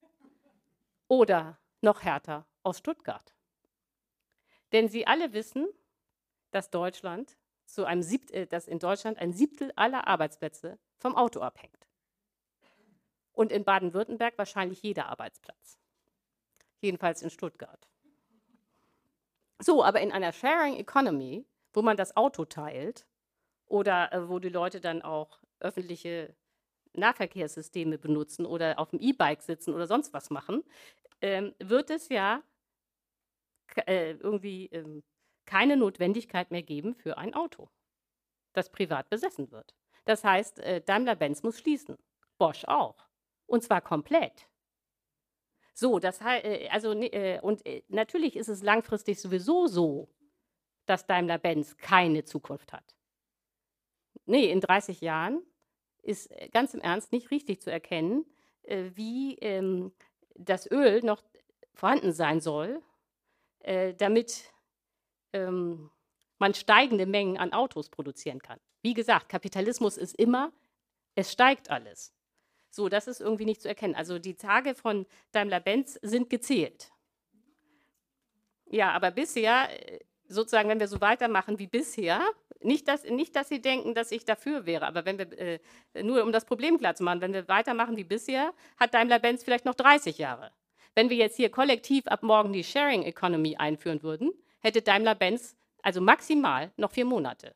Oder noch härter aus Stuttgart? Denn Sie alle wissen, dass Deutschland zu einem Siebt, äh, dass in Deutschland ein Siebtel aller Arbeitsplätze vom Auto abhängt. Und in Baden-Württemberg wahrscheinlich jeder Arbeitsplatz. Jedenfalls in Stuttgart. So, aber in einer Sharing Economy, wo man das Auto teilt oder äh, wo die Leute dann auch öffentliche Nahverkehrssysteme benutzen oder auf dem E-Bike sitzen oder sonst was machen, ähm, wird es ja äh, irgendwie ähm, keine Notwendigkeit mehr geben für ein Auto, das privat besessen wird. Das heißt, äh, Daimler-Benz muss schließen, Bosch auch, und zwar komplett. So, das heißt, äh, also, äh, und äh, natürlich ist es langfristig sowieso so, dass Daimler-Benz keine Zukunft hat. Nee, in dreißig Jahren ist ganz im Ernst nicht richtig zu erkennen, äh, wie ähm, das Öl noch vorhanden sein soll, äh, damit ähm, man steigende Mengen an Autos produzieren kann. Wie gesagt, Kapitalismus ist immer, es steigt alles. So, das ist irgendwie nicht zu erkennen. Also die Tage von Daimler-Benz sind gezählt. Ja, aber bisher, sozusagen, wenn wir so weitermachen wie bisher, nicht dass, nicht, dass Sie denken, dass ich dafür wäre, aber wenn wir, äh, nur um das Problem klar zu machen, wenn wir weitermachen wie bisher, hat Daimler-Benz vielleicht noch dreißig Jahre. Wenn wir jetzt hier kollektiv ab morgen die Sharing Economy einführen würden, hätte Daimler-Benz also maximal noch vier Monate.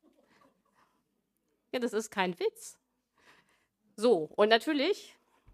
Ja, das ist kein Witz. So, und natürlich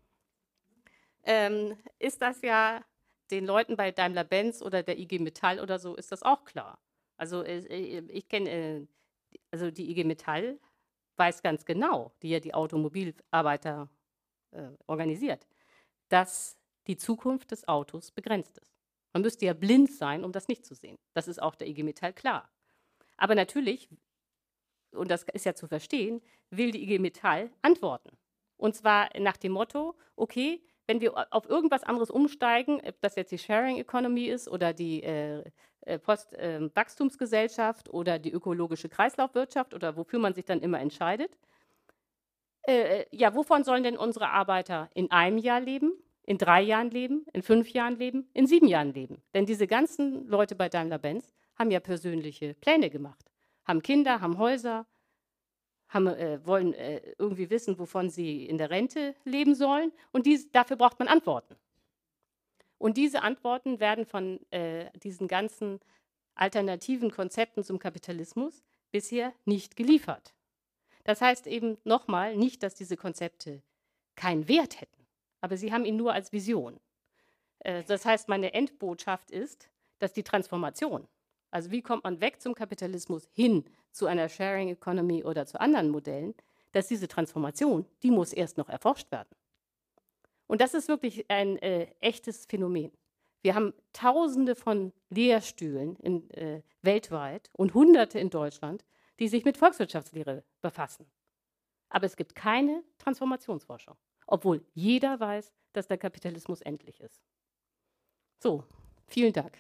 ähm, ist das ja den Leuten bei Daimler-Benz oder der I G Metall oder so, ist das auch klar. Also äh, ich kenne, äh, also die I G Metall weiß ganz genau, die ja die Automobilarbeiter äh, organisiert, dass die Zukunft des Autos begrenzt ist. Man müsste ja blind sein, um das nicht zu sehen. Das ist auch der I G Metall klar. Aber natürlich, und das ist ja zu verstehen, will die I G Metall Antworten. Und zwar nach dem Motto, okay, wenn wir auf irgendwas anderes umsteigen, ob das jetzt die Sharing Economy ist oder die äh, Postwachstumsgesellschaft äh, oder die ökologische Kreislaufwirtschaft oder wofür man sich dann immer entscheidet, äh, ja, wovon sollen denn unsere Arbeiter in einem Jahr leben, in drei Jahren leben, in fünf Jahren leben, in sieben Jahren leben? Denn diese ganzen Leute bei Daimler-Benz haben ja persönliche Pläne gemacht, haben Kinder, haben Häuser, haben, äh, wollen äh, irgendwie wissen, wovon sie in der Rente leben sollen. Und dies, dafür braucht man Antworten. Und diese Antworten werden von äh, diesen ganzen alternativen Konzepten zum Kapitalismus bisher nicht geliefert. Das heißt eben nochmal nicht, dass diese Konzepte keinen Wert hätten, aber sie haben ihn nur als Vision. Das heißt, meine Endbotschaft ist, dass die Transformation, also wie kommt man weg zum Kapitalismus hin zu einer Sharing Economy oder zu anderen Modellen, dass diese Transformation, die muss erst noch erforscht werden. Und das ist wirklich ein äh, echtes Phänomen. Wir haben Tausende von Lehrstühlen in, äh, weltweit und Hunderte in Deutschland, die sich mit Volkswirtschaftslehre befassen. Aber es gibt keine Transformationsforschung, obwohl jeder weiß, dass der Kapitalismus endlich ist. So, vielen Dank.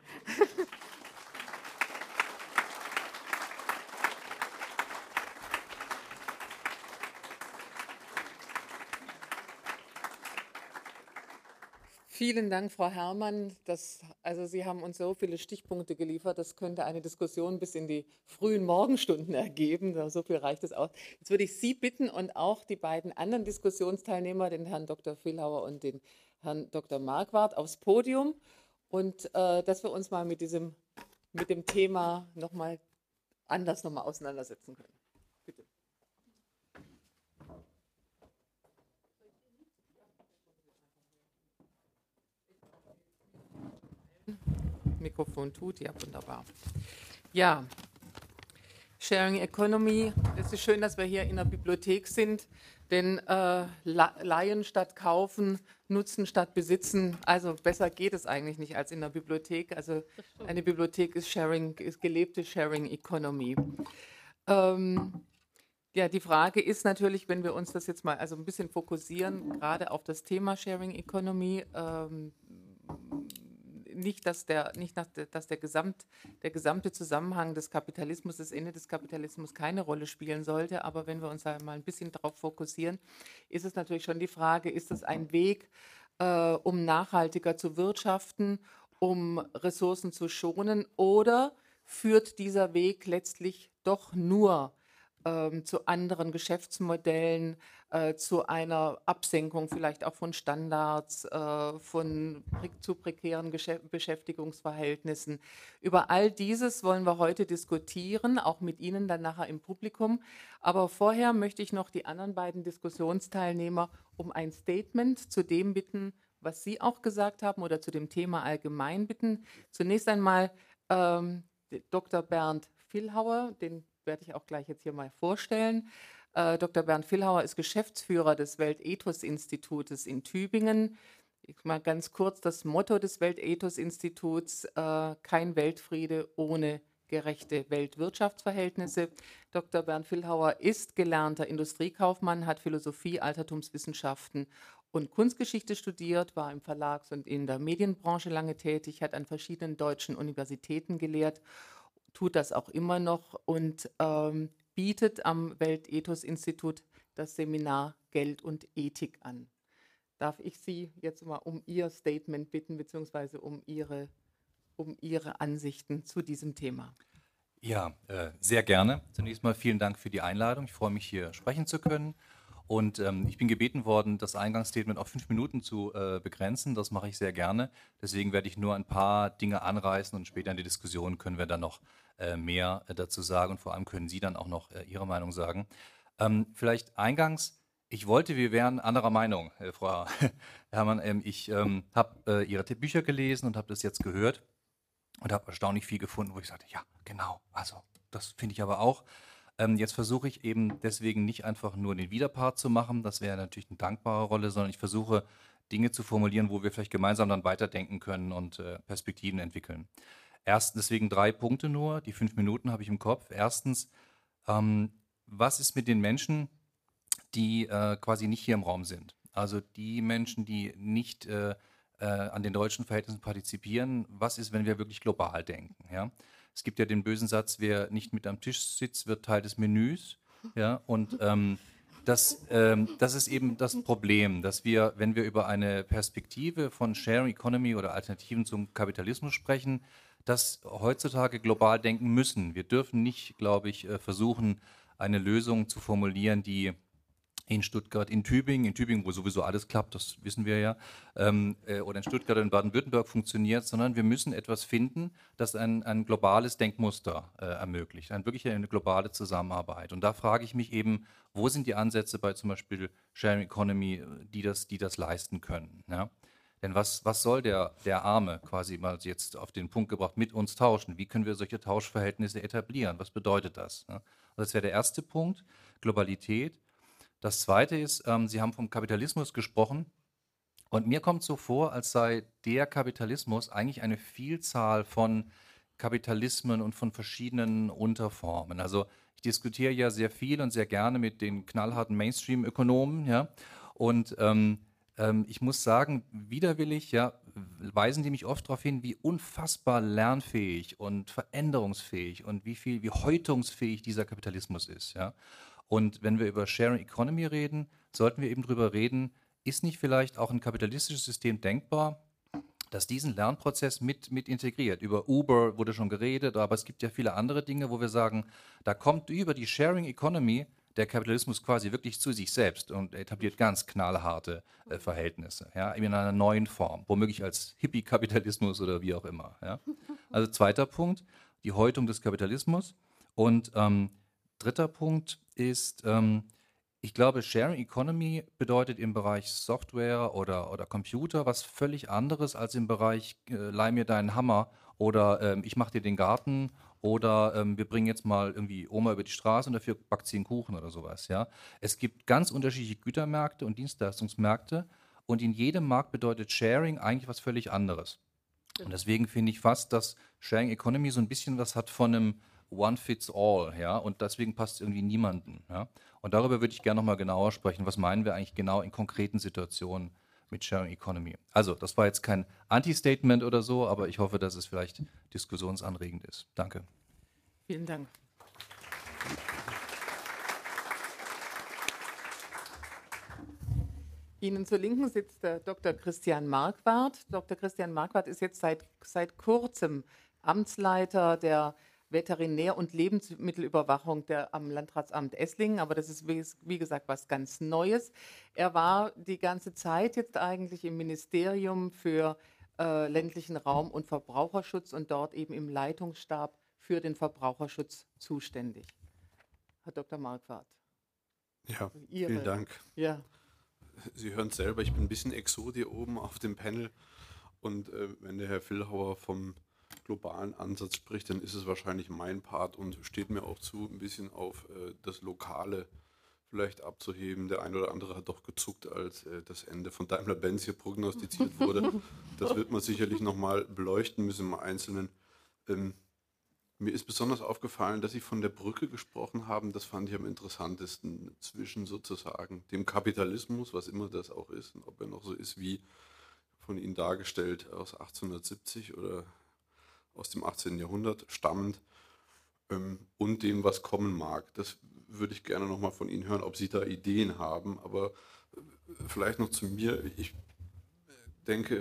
Vielen Dank, Frau Herrmann. Das, also Sie haben uns so viele Stichpunkte geliefert, das könnte eine Diskussion bis in die frühen Morgenstunden ergeben. So viel reicht es aus. Jetzt würde ich Sie bitten und auch die beiden anderen Diskussionsteilnehmer, den Herrn Doktor Villhauer und den Herrn Doktor Marquardt, aufs Podium und äh, dass wir uns mal mit, diesem, mit dem Thema noch mal anders noch mal auseinandersetzen können. Bitte. Mikrofon tut, ja, wunderbar. Ja, Sharing Economy, es ist schön, dass wir hier in der Bibliothek sind, denn äh, leihen statt kaufen, nutzen statt besitzen, also besser geht es eigentlich nicht als in der Bibliothek. Also eine Bibliothek ist Sharing, ist gelebte Sharing Economy. Ähm, ja, die Frage ist natürlich, wenn wir uns das jetzt mal also ein bisschen fokussieren, gerade auf das Thema Sharing Economy, ähm, nicht, dass, der, nicht nach, dass der, Gesamt, der gesamte Zusammenhang des Kapitalismus, das Ende des Kapitalismus keine Rolle spielen sollte. Aber wenn wir uns da mal ein bisschen darauf fokussieren, ist es natürlich schon die Frage, ist es ein Weg, äh, um nachhaltiger zu wirtschaften, um Ressourcen zu schonen, oder führt dieser Weg letztlich doch nur ähm, zu anderen Geschäftsmodellen, äh, zu einer Absenkung vielleicht auch von Standards, äh, von zu prekären Geschäft Beschäftigungsverhältnissen. Über all dieses wollen wir heute diskutieren, auch mit Ihnen dann nachher im Publikum. Aber vorher möchte ich noch die anderen beiden Diskussionsteilnehmer um ein Statement zu dem bitten, was Sie auch gesagt haben, oder zu dem Thema allgemein bitten. Zunächst einmal ähm, Doktor Bernd Villhauer, den werde ich auch gleich jetzt hier mal vorstellen. Äh, Doktor Bernd Villhauer ist Geschäftsführer des Weltethos-Institutes in Tübingen. Ich mal ganz kurz das Motto des Weltethos-Instituts: äh, kein Weltfriede ohne gerechte Weltwirtschaftsverhältnisse. Doktor Bernd Villhauer ist gelernter Industriekaufmann, hat Philosophie, Altertumswissenschaften und Kunstgeschichte studiert, war im Verlags- und in der Medienbranche lange tätig, hat an verschiedenen deutschen Universitäten gelehrt, tut das auch immer noch und ähm, bietet am Weltethos-Institut das Seminar Geld und Ethik an. Darf ich Sie jetzt mal um Ihr Statement bitten, beziehungsweise um Ihre, um Ihre Ansichten zu diesem Thema? Ja, äh, sehr gerne. Zunächst mal vielen Dank für die Einladung. Ich freue mich, hier sprechen zu können. Und ähm, ich bin gebeten worden, das Eingangsstatement auf fünf Minuten zu äh, begrenzen. Das mache ich sehr gerne. Deswegen werde ich nur ein paar Dinge anreißen und später in der Diskussion können wir dann noch äh, mehr äh, dazu sagen und vor allem können Sie dann auch noch äh, Ihre Meinung sagen. Ähm, vielleicht eingangs, ich wollte, wir wären anderer Meinung, äh, Frau Herrmann. Ähm, ich ähm, habe äh, Ihre Bücher gelesen und habe das jetzt gehört und habe erstaunlich viel gefunden, wo ich sagte, ja, genau, also das finde ich aber auch. Ähm, jetzt versuche ich eben deswegen nicht einfach nur den Widerpart zu machen, das wäre natürlich eine dankbare Rolle, sondern ich versuche Dinge zu formulieren, wo wir vielleicht gemeinsam dann weiterdenken können und äh, Perspektiven entwickeln. Erstens, deswegen drei Punkte nur, die fünf Minuten habe ich im Kopf. Erstens, ähm, was ist mit den Menschen, die äh, quasi nicht hier im Raum sind? Also die Menschen, die nicht äh, äh, an den deutschen Verhältnissen partizipieren. Was ist, wenn wir wirklich global denken? Ja? Es gibt ja den bösen Satz, wer nicht mit am Tisch sitzt, wird Teil des Menüs. Ja? Und ähm, das, ähm, das ist eben das Problem, dass wir, wenn wir über eine Perspektive von Sharing Economy oder Alternativen zum Kapitalismus sprechen, das heutzutage global denken müssen. Wir dürfen nicht, glaube ich, versuchen, eine Lösung zu formulieren, die in Stuttgart, in Tübingen, in Tübingen, wo sowieso alles klappt, das wissen wir ja, ähm, äh, oder in Stuttgart oder in Baden-Württemberg funktioniert, sondern wir müssen etwas finden, das ein, ein globales Denkmuster äh, ermöglicht, ein, wirklich eine globale Zusammenarbeit. Und da frage ich mich eben, wo sind die Ansätze bei zum Beispiel Sharing Economy, die das, die das leisten können? Ja? Denn was, was soll der, der Arme, quasi mal jetzt auf den Punkt gebracht, mit uns tauschen? Wie können wir solche Tauschverhältnisse etablieren? Was bedeutet das? Ja? Das wäre der erste Punkt, Globalität. Das Zweite ist, ähm, Sie haben vom Kapitalismus gesprochen und mir kommt so vor, als sei der Kapitalismus eigentlich eine Vielzahl von Kapitalismen und von verschiedenen Unterformen. Also ich diskutiere ja sehr viel und sehr gerne mit den knallharten Mainstream-Ökonomen, ja, und ähm, ähm, ich muss sagen, widerwillig, ja, weisen die mich oft darauf hin, wie unfassbar lernfähig und veränderungsfähig und wie viel, wie häutungsfähig dieser Kapitalismus ist, ja. Und wenn wir über Sharing Economy reden, sollten wir eben darüber reden, ist nicht vielleicht auch ein kapitalistisches System denkbar, das diesen Lernprozess mit, mit integriert? Über Uber wurde schon geredet, aber es gibt ja viele andere Dinge, wo wir sagen, da kommt über die Sharing Economy der Kapitalismus quasi wirklich zu sich selbst und etabliert ganz knallharte äh, Verhältnisse, ja, in einer neuen Form, womöglich als Hippie-Kapitalismus oder wie auch immer. Ja. Also zweiter Punkt, die Häutung des Kapitalismus. Und ähm, dritter Punkt ist, ähm, ich glaube, Sharing Economy bedeutet im Bereich Software oder, oder Computer was völlig anderes als im Bereich äh, leih mir deinen Hammer oder ähm, ich mache dir den Garten oder ähm, wir bringen jetzt mal irgendwie Oma über die Straße und dafür backt sie einen Kuchen oder sowas. Ja? Es gibt ganz unterschiedliche Gütermärkte und Dienstleistungsmärkte und in jedem Markt bedeutet Sharing eigentlich was völlig anderes. Und deswegen finde ich fast, dass Sharing Economy so ein bisschen was hat von einem One fits all, ja, und deswegen passt es irgendwie niemanden, ja. Und darüber würde ich gerne nochmal genauer sprechen. Was meinen wir eigentlich genau in konkreten Situationen mit Sharing Economy? Also, das war jetzt kein Anti-Statement oder so, aber ich hoffe, dass es vielleicht diskussionsanregend ist. Danke. Vielen Dank. Ihnen zur Linken sitzt der Doktor Christian Marquardt. Doktor Christian Marquardt ist jetzt seit, seit kurzem Amtsleiter der Veterinär- und Lebensmittelüberwachung der, am Landratsamt Esslingen, aber das ist wie, wie gesagt was ganz Neues. Er war die ganze Zeit jetzt eigentlich im Ministerium für äh, ländlichen Raum und Verbraucherschutz und dort eben im Leitungsstab für den Verbraucherschutz zuständig. Herr Doktor Marquardt. Ja, Ihre, vielen Dank. Ja. Sie hören selber, ich bin ein bisschen Exot hier oben auf dem Panel und äh, wenn der Herr Villhauer vom globalen Ansatz spricht, dann ist es wahrscheinlich mein Part und steht mir auch zu, ein bisschen auf äh, das Lokale vielleicht abzuheben. Der eine oder andere hat doch gezuckt, als äh, das Ende von Daimler-Benz hier prognostiziert wurde. Das wird man sicherlich nochmal beleuchten müssen im Einzelnen. Ähm, mir ist besonders aufgefallen, dass Sie von der Brücke gesprochen haben. Das fand ich am interessantesten zwischen sozusagen dem Kapitalismus, was immer das auch ist, und ob er noch so ist wie von Ihnen dargestellt aus achtzehnhundertsiebzig oder aus dem achtzehnten Jahrhundert stammend, ähm, und dem, was kommen mag. Das würde ich gerne nochmal von Ihnen hören, ob Sie da Ideen haben. Aber äh, vielleicht noch zu mir. Ich denke,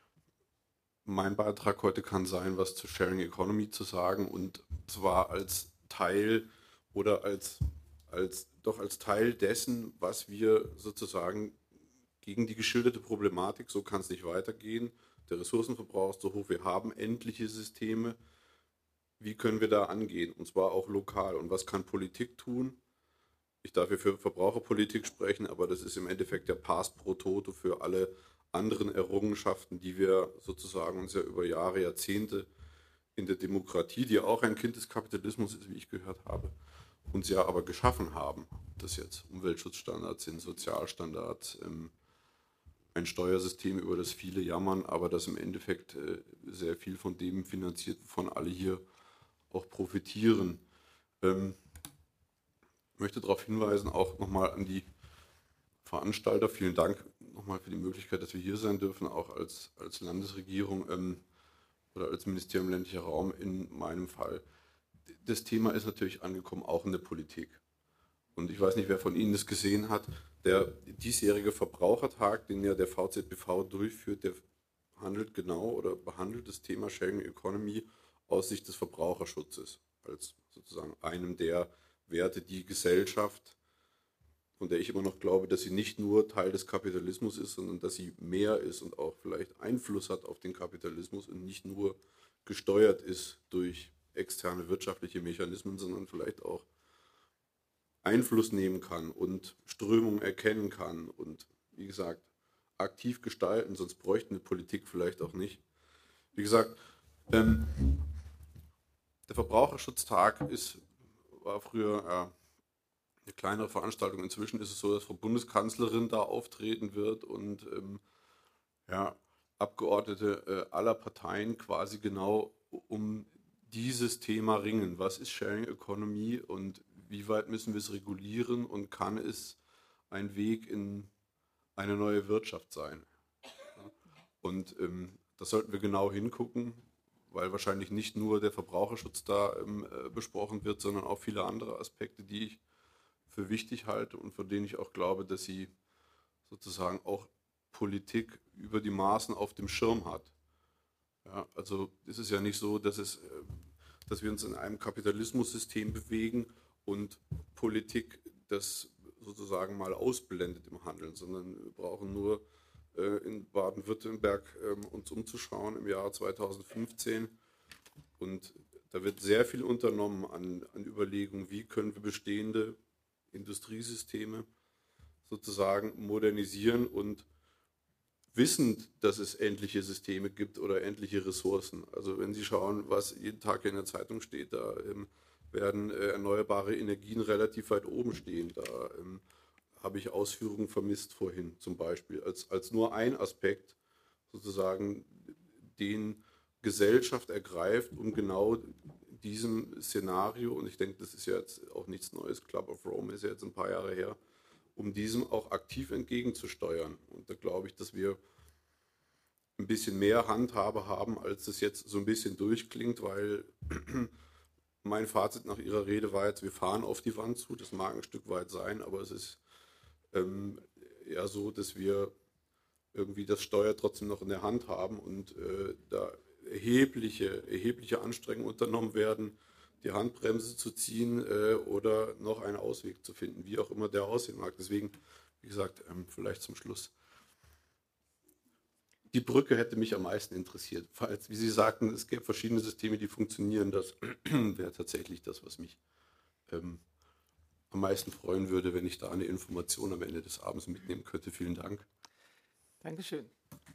mein Beitrag heute kann sein, was zu Sharing Economy zu sagen, und zwar als Teil oder als, als doch als Teil dessen, was wir sozusagen gegen die geschilderte Problematik, so kann es nicht weitergehen, der Ressourcenverbrauch ist so hoch, wir haben endliche Systeme, wie können wir da angehen, und zwar auch lokal, und was kann Politik tun? Ich darf hier für Verbraucherpolitik sprechen, aber das ist im Endeffekt der Pass pro Toto für alle anderen Errungenschaften, die wir sozusagen uns ja über Jahre, Jahrzehnte in der Demokratie, die auch ein Kind des Kapitalismus ist, wie ich gehört habe, uns ja aber geschaffen haben. Das jetzt Umweltschutzstandards sind, Sozialstandards, ähm, ein Steuersystem, über das viele jammern, aber das im Endeffekt äh, sehr viel von dem finanziert, wovon alle hier auch profitieren. Ähm, ich möchte darauf hinweisen, auch nochmal an die Veranstalter, vielen Dank nochmal für die Möglichkeit, dass wir hier sein dürfen, auch als, als Landesregierung ähm, oder als Ministerium ländlicher Raum in meinem Fall. Das Thema ist natürlich angekommen, auch in der Politik. Und ich weiß nicht, wer von Ihnen das gesehen hat, der diesjährige Verbrauchertag, den ja der V Z B V durchführt, der handelt genau oder behandelt das Thema Sharing Economy aus Sicht des Verbraucherschutzes, als sozusagen einem der Werte, die Gesellschaft von der ich immer noch glaube, dass sie nicht nur Teil des Kapitalismus ist, sondern dass sie mehr ist und auch vielleicht Einfluss hat auf den Kapitalismus und nicht nur gesteuert ist durch externe wirtschaftliche Mechanismen, sondern vielleicht auch Einfluss nehmen kann und Strömungen erkennen kann und, wie gesagt, aktiv gestalten, sonst bräuchten wir Politik vielleicht auch nicht. Wie gesagt, ähm, der Verbraucherschutztag ist, war früher äh, eine kleinere Veranstaltung. Inzwischen ist es so, dass Frau Bundeskanzlerin da auftreten wird und ähm, ja, Abgeordnete äh, aller Parteien quasi genau um dieses Thema ringen. Was ist Sharing Economy und wie weit müssen wir es regulieren und kann es ein Weg in eine neue Wirtschaft sein? Ja. Und ähm, das sollten wir genau hingucken, weil wahrscheinlich nicht nur der Verbraucherschutz da ähm, äh, besprochen wird, sondern auch viele andere Aspekte, die ich für wichtig halte und von denen ich auch glaube, dass sie sozusagen auch Politik über die Maßen auf dem Schirm hat. Ja, also es ist ja nicht so, dass, es, dass wir uns in einem Kapitalismussystem bewegen und Politik das sozusagen mal ausblendet im Handeln, sondern wir brauchen nur äh, in Baden-Württemberg äh, uns umzuschauen im Jahr zweitausendfünfzehn und da wird sehr viel unternommen an, an Überlegungen, wie können wir bestehende Industriesysteme sozusagen modernisieren und wissend, dass es endliche Systeme gibt oder endliche Ressourcen. Also wenn Sie schauen, was jeden Tag in der Zeitung steht, da ähm, werden äh, erneuerbare Energien relativ weit oben stehen. Da ähm, habe ich Ausführungen vermisst vorhin zum Beispiel, als, als nur ein Aspekt sozusagen, den Gesellschaft ergreift, um genau diesem Szenario, und ich denke, das ist ja jetzt auch nichts Neues, Club of Rome ist ja jetzt ein paar Jahre her, um diesem auch aktiv entgegenzusteuern. Und da glaube ich, dass wir ein bisschen mehr Handhabe haben, als das jetzt so ein bisschen durchklingt, weil mein Fazit nach Ihrer Rede war jetzt, wir fahren auf die Wand zu, das mag ein Stück weit sein, aber es ist ähm, eher so, dass wir irgendwie das Steuer trotzdem noch in der Hand haben und äh, da erhebliche, erhebliche Anstrengungen unternommen werden, die Handbremse zu ziehen äh, oder noch einen Ausweg zu finden, wie auch immer der aussehen mag. Deswegen, wie gesagt, ähm, vielleicht zum Schluss. Die Brücke hätte mich am meisten interessiert. Falls, wie Sie sagten, es gäbe verschiedene Systeme, die funktionieren. Das wäre tatsächlich das, was mich ähm, am meisten freuen würde, wenn ich da eine Information am Ende des Abends mitnehmen könnte. Vielen Dank. Dankeschön.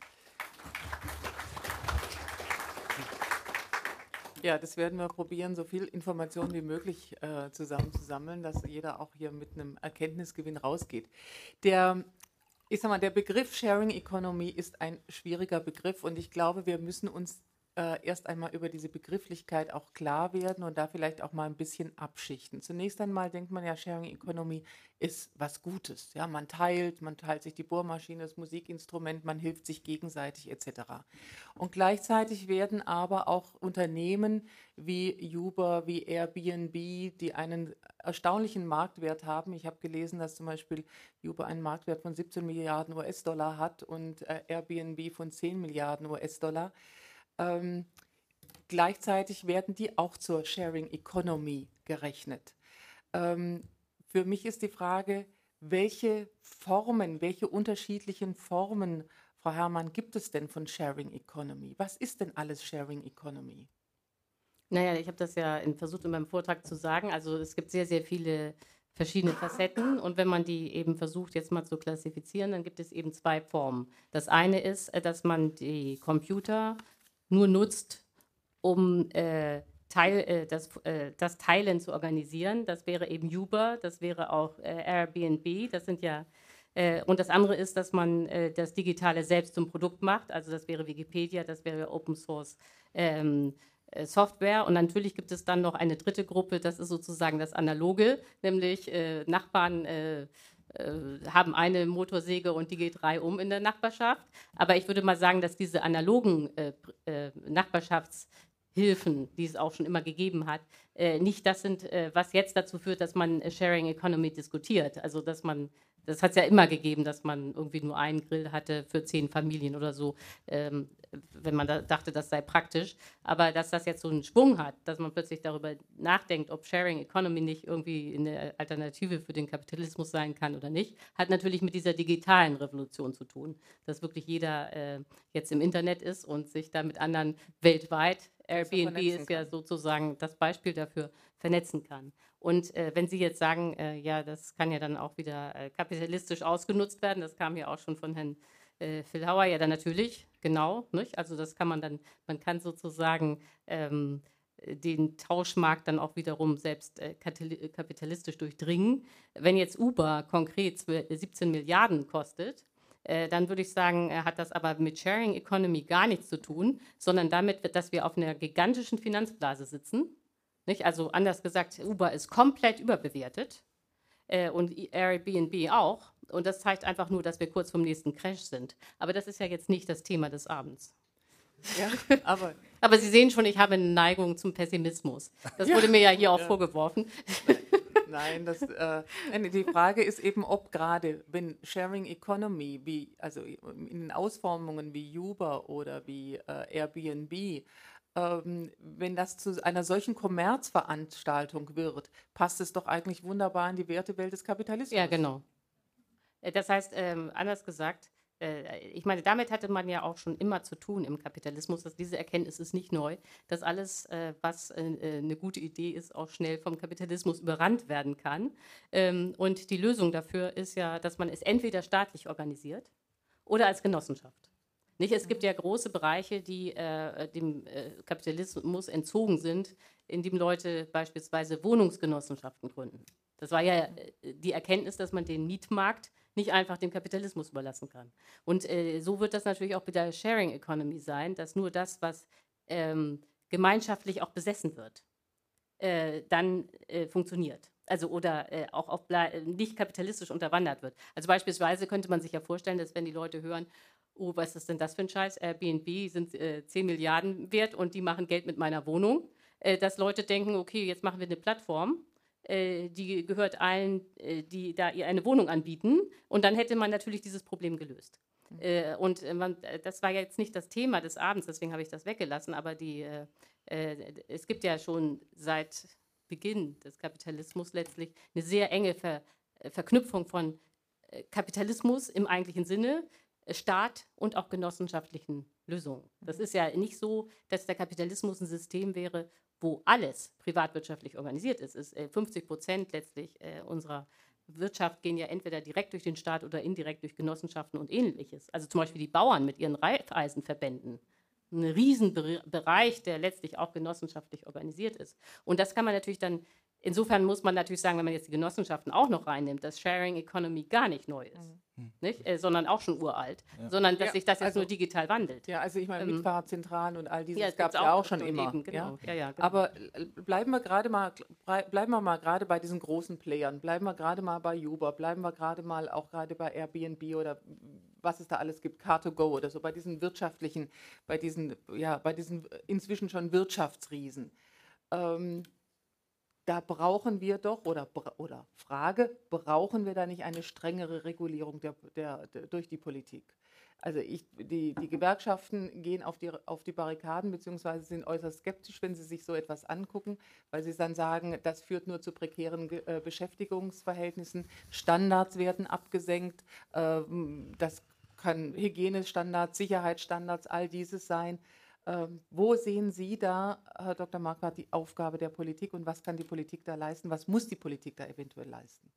Ja, das werden wir probieren, so viel Informationen wie möglich äh, zusammenzusammeln, dass jeder auch hier mit einem Erkenntnisgewinn rausgeht. Der, ich sag mal, der Begriff Sharing Economy ist ein schwieriger Begriff und ich glaube, wir müssen uns äh, erst einmal über diese Begrifflichkeit auch klar werden und da vielleicht auch mal ein bisschen abschichten. Zunächst einmal denkt man ja, Sharing Economy ist was Gutes. Ja, man teilt, man teilt sich die Bohrmaschine, das Musikinstrument, man hilft sich gegenseitig et cetera. Und gleichzeitig werden aber auch Unternehmen wie Uber, wie Airbnb, die einen erstaunlichen Marktwert haben. Ich habe gelesen, dass zum Beispiel Uber einen Marktwert von siebzehn Milliarden U S-Dollar hat und äh, Airbnb von zehn Milliarden U S-Dollar. Ähm, gleichzeitig werden die auch zur Sharing Economy gerechnet. Ähm, für mich ist die Frage, welche Formen, welche unterschiedlichen Formen, Frau Herrmann, gibt es denn von Sharing Economy? Was ist denn alles Sharing Economy? Naja, ich habe das ja in, versucht in meinem Vortrag zu sagen. Also es gibt sehr, sehr viele verschiedene Facetten und wenn man die eben versucht jetzt mal zu klassifizieren, dann gibt es eben zwei Formen. Das eine ist, dass man die Computer nur nutzt, um äh, Teil, äh, das, äh, das Teilen zu organisieren. Das wäre eben Uber, das wäre auch äh, Airbnb, das sind ja, äh, und das andere ist, dass man äh, das Digitale selbst zum Produkt macht, also das wäre Wikipedia, das wäre Open Source ähm, äh, Software und natürlich gibt es dann noch eine dritte Gruppe, das ist sozusagen das Analoge, nämlich äh, Nachbarn äh, haben eine Motorsäge und die geht drei um in der Nachbarschaft. Aber ich würde mal sagen, dass diese analogen äh, äh, Nachbarschaftshilfen, die es auch schon immer gegeben hat, äh, nicht das sind, äh, was jetzt dazu führt, dass man Sharing Economy diskutiert. Also dass man das hat es ja immer gegeben, dass man irgendwie nur einen Grill hatte für zehn Familien oder so, ähm, wenn man da dachte, das sei praktisch. Aber dass das jetzt so einen Schwung hat, dass man plötzlich darüber nachdenkt, ob Sharing Economy nicht irgendwie eine Alternative für den Kapitalismus sein kann oder nicht, hat natürlich mit dieser digitalen Revolution zu tun, dass wirklich jeder äh, jetzt im Internet ist und sich da mit anderen weltweit, Airbnb ist ja sozusagen das Beispiel dafür, vernetzen kann. Und äh, wenn Sie jetzt sagen, äh, ja, das kann ja dann auch wieder äh, kapitalistisch ausgenutzt werden, das kam ja auch schon von Herrn äh, Villhauer, ja dann natürlich, genau, nicht? Also das kann man dann, man kann sozusagen ähm, den Tauschmarkt dann auch wiederum selbst äh, kapitalistisch durchdringen. Wenn jetzt Uber konkret siebzehn Milliarden kostet, äh, dann würde ich sagen, äh, hat das aber mit Sharing Economy gar nichts zu tun, sondern damit, dass wir auf einer gigantischen Finanzblase sitzen. Nicht? Also anders gesagt, Uber ist komplett überbewertet äh, und Airbnb auch. Und das zeigt einfach nur, dass wir kurz vom nächsten Crash sind. Aber das ist ja jetzt nicht das Thema des Abends. Ja, aber, aber Sie sehen schon, ich habe eine Neigung zum Pessimismus. Das ja. wurde mir ja hier auch ja. vorgeworfen. Nein, das, äh, die Frage ist eben, ob gerade, wenn Sharing Economy, wie, also in Ausformungen wie Uber oder wie äh, Airbnb, ähm, wenn das zu einer solchen Kommerzveranstaltung wird, passt es doch eigentlich wunderbar in die Wertewelt des Kapitalismus. Ja, genau. Das heißt, ähm, anders gesagt, ich meine, damit hatte man ja auch schon immer zu tun im Kapitalismus, dass diese Erkenntnis ist nicht neu, dass alles, was eine gute Idee ist, auch schnell vom Kapitalismus überrannt werden kann. Und die Lösung dafür ist ja, dass man es entweder staatlich organisiert oder als Genossenschaft. Nicht? Es gibt ja große Bereiche, die äh, dem äh, Kapitalismus entzogen sind, indem Leute beispielsweise Wohnungsgenossenschaften gründen. Das war ja äh, die Erkenntnis, dass man den Mietmarkt nicht einfach dem Kapitalismus überlassen kann. Und äh, so wird das natürlich auch bei der Sharing Economy sein, dass nur das, was ähm, gemeinschaftlich auch besessen wird, äh, dann äh, funktioniert. Also oder äh, auch auf nicht kapitalistisch unterwandert wird. Also beispielsweise könnte man sich ja vorstellen, dass wenn die Leute hören, oh, was ist denn das für ein Scheiß, Airbnb sind äh, zehn Milliarden wert und die machen Geld mit meiner Wohnung, äh, dass Leute denken, okay, jetzt machen wir eine Plattform, die gehört allen, die da ihr eine Wohnung anbieten. Und dann hätte man natürlich dieses Problem gelöst. Mhm. Und man, das war jetzt nicht das Thema des Abends, deswegen habe ich das weggelassen. Aber die, äh, es gibt ja schon seit Beginn des Kapitalismus letztlich eine sehr enge Ver, Verknüpfung von Kapitalismus im eigentlichen Sinne, Staat und auch genossenschaftlichen Lösungen. Das ist ja nicht so, dass der Kapitalismus ein System wäre, wo alles privatwirtschaftlich organisiert ist. ist äh, fünfzig Prozent letztlich äh, unserer Wirtschaft gehen ja entweder direkt durch den Staat oder indirekt durch Genossenschaften und Ähnliches. Also zum Beispiel die Bauern mit ihren Reifeisenverbänden. Ein Riesenbereich, der letztlich auch genossenschaftlich organisiert ist. Und das kann man natürlich dann, insofern muss man natürlich sagen, wenn man jetzt die Genossenschaften auch noch reinnimmt, dass Sharing Economy gar nicht neu ist. Mhm. Nicht? Äh, sondern auch schon uralt, ja. sondern dass ja, sich das jetzt also, nur digital wandelt. Ja, also ich meine, ähm, Mitfahrzentralen und all dieses ja, gab es ja auch schon immer. Eben, genau. ja? Ja, ja, genau. Aber bleiben wir gerade mal, bleiben wir mal gerade bei diesen großen Playern, bleiben wir gerade mal bei Uber, bleiben wir gerade mal auch gerade bei Airbnb oder was es da alles gibt, Car to Go oder so, bei diesen wirtschaftlichen, bei diesen, ja, bei diesen inzwischen schon Wirtschaftsriesen. Ähm, Da brauchen wir doch, oder, oder Frage, brauchen wir da nicht eine strengere Regulierung der, der, der, durch die Politik? Also ich, die, die Gewerkschaften gehen auf die, auf die Barrikaden beziehungsweise sind äußerst skeptisch, wenn sie sich so etwas angucken, weil sie dann sagen, das führt nur zu prekären äh, Beschäftigungsverhältnissen, Standards werden abgesenkt, äh, das kann Hygienestandards, Sicherheitsstandards, all dieses sein. Ähm, wo sehen Sie da, Herr Doktor Marquardt, die Aufgabe der Politik und was kann die Politik da leisten? Was muss die Politik da eventuell leisten?